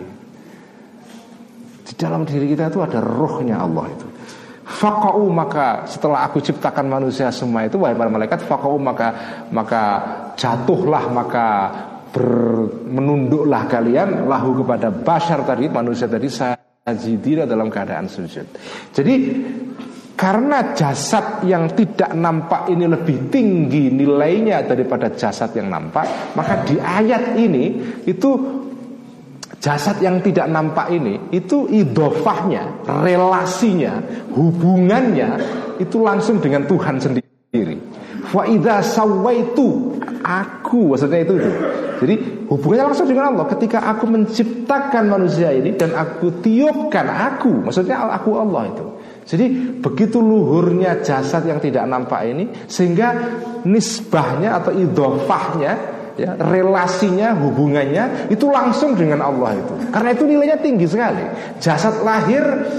Di dalam diri kita itu ada ruhnya Allah itu. Faqa'u, maka setelah aku ciptakan manusia semua itu, wahai para malaikat, faqa'u, maka maka jatuhlah, maka ber, menunduklah kalian lahu, kepada bashar tadi, manusia tadi, sajidina, dalam keadaan sujud. Jadi karena jasad yang tidak nampak ini lebih tinggi nilainya daripada jasad yang nampak, maka di ayat ini itu jasad yang tidak nampak ini, itu idhofahnya, relasinya, hubungannya itu langsung dengan Tuhan sendiri. Fa idza sawaitu, aku, maksudnya itu, itu. Jadi hubungannya langsung dengan Allah. Ketika aku menciptakan manusia ini dan aku tiupkan aku, maksudnya aku Allah itu. Jadi begitu luhurnya jasad yang tidak nampak ini, sehingga nisbahnya atau idhofahnya, ya, relasinya, hubungannya itu langsung dengan Allah itu. Karena itu nilainya tinggi sekali. Jasad lahir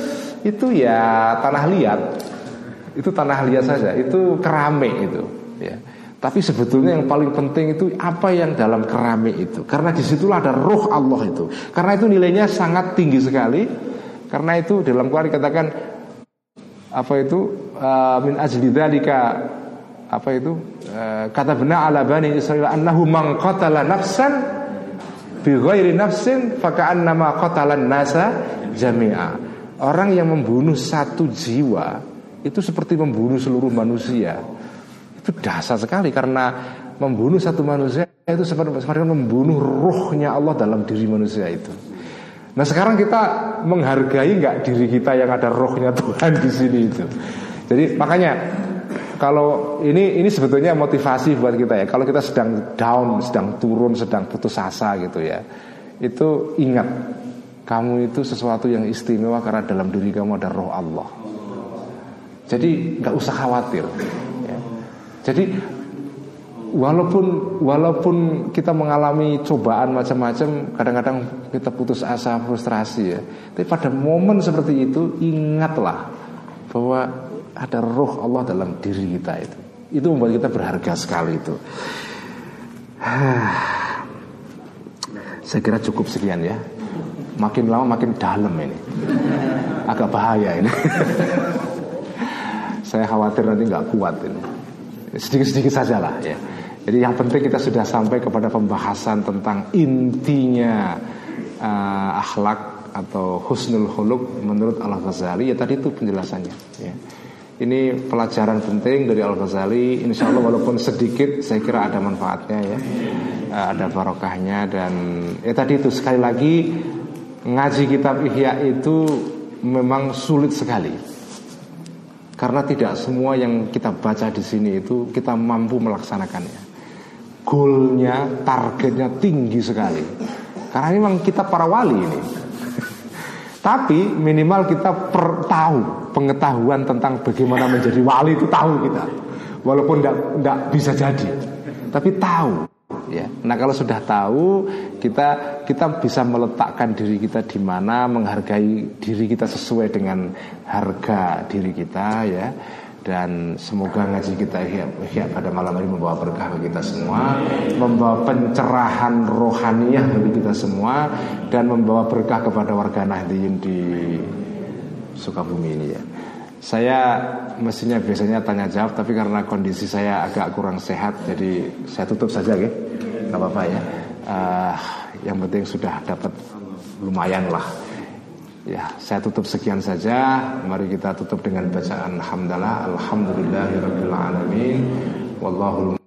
itu ya tanah liat. Itu tanah liat saja, itu keramik itu ya. Tapi sebetulnya yang paling penting itu apa yang dalam keramik itu. Karena disitulah ada roh Allah itu. Karena itu nilainya sangat tinggi sekali. Karena itu dalam Quran dikatakan apa itu uh, min ajli dzalika apa itu uh, kata benar ala bani Israil annahu man qatala nafsan bi ghairi nafsin faka'annama qatalan nasa jami'a. Orang yang membunuh satu jiwa itu seperti membunuh seluruh manusia. Itu dasar sekali, karena membunuh satu manusia itu seperti, seperti membunuh ruhnya Allah dalam diri manusia itu. Nah sekarang kita menghargai nggak diri kita yang ada rohnya Tuhan di sini itu. Jadi makanya kalau ini ini sebetulnya motivasi buat kita ya. Kalau kita sedang down, sedang turun, sedang putus asa gitu ya, itu ingat kamu itu sesuatu yang istimewa karena dalam diri kamu ada roh Allah. Jadi nggak usah khawatir. Ya. Jadi walaupun walaupun kita mengalami cobaan macam-macam, kadang-kadang kita putus asa, frustrasi ya. Tapi pada momen seperti itu ingatlah bahwa ada roh Allah dalam diri kita itu. Itu membuat kita berharga sekali itu. Saya kira cukup sekian ya. Makin lama makin dalam ini. Agak bahaya ini. Saya khawatir nanti nggak kuat ini. Sedikit-sedikit saja lah ya. Jadi yang penting kita sudah sampai kepada pembahasan tentang intinya uh, akhlak atau husnul khuluq menurut Al-Ghazali. Ya tadi itu penjelasannya ya. Ini pelajaran penting dari Al-Ghazali. Insya Allah walaupun sedikit, saya kira ada manfaatnya ya, uh, ada barokahnya. Dan ya tadi itu sekali lagi, ngaji kitab Ihya itu memang sulit sekali. Karena tidak semua yang kita baca di sini itu kita mampu melaksanakannya. Goalnya, targetnya tinggi sekali. Karena ini memang kita para wali ini. Tapi minimal kita per, tahu pengetahuan tentang bagaimana menjadi wali itu tahu kita. Walaupun tidak bisa jadi, tapi tahu. Ya. Nah kalau sudah tahu, kita kita bisa meletakkan diri kita di mana, menghargai diri kita sesuai dengan harga diri kita ya. Dan semoga ngaji kita Ihya pada malam ini membawa berkah bagi kita semua, membawa pencerahan rohaniyah bagi kita semua, dan membawa berkah kepada warga Nahdliyin di Sukabumi ini ya. Saya mestinya biasanya tanya jawab, tapi karena kondisi saya agak kurang sehat, jadi saya tutup saja ya. Gak apa-apa ya. uh, Yang penting sudah dapat lumayan lah. Ya, saya tutup sekian saja. Mari kita tutup dengan bacaan hamdalah. Alhamdulillahirabbil alamin. Wallahul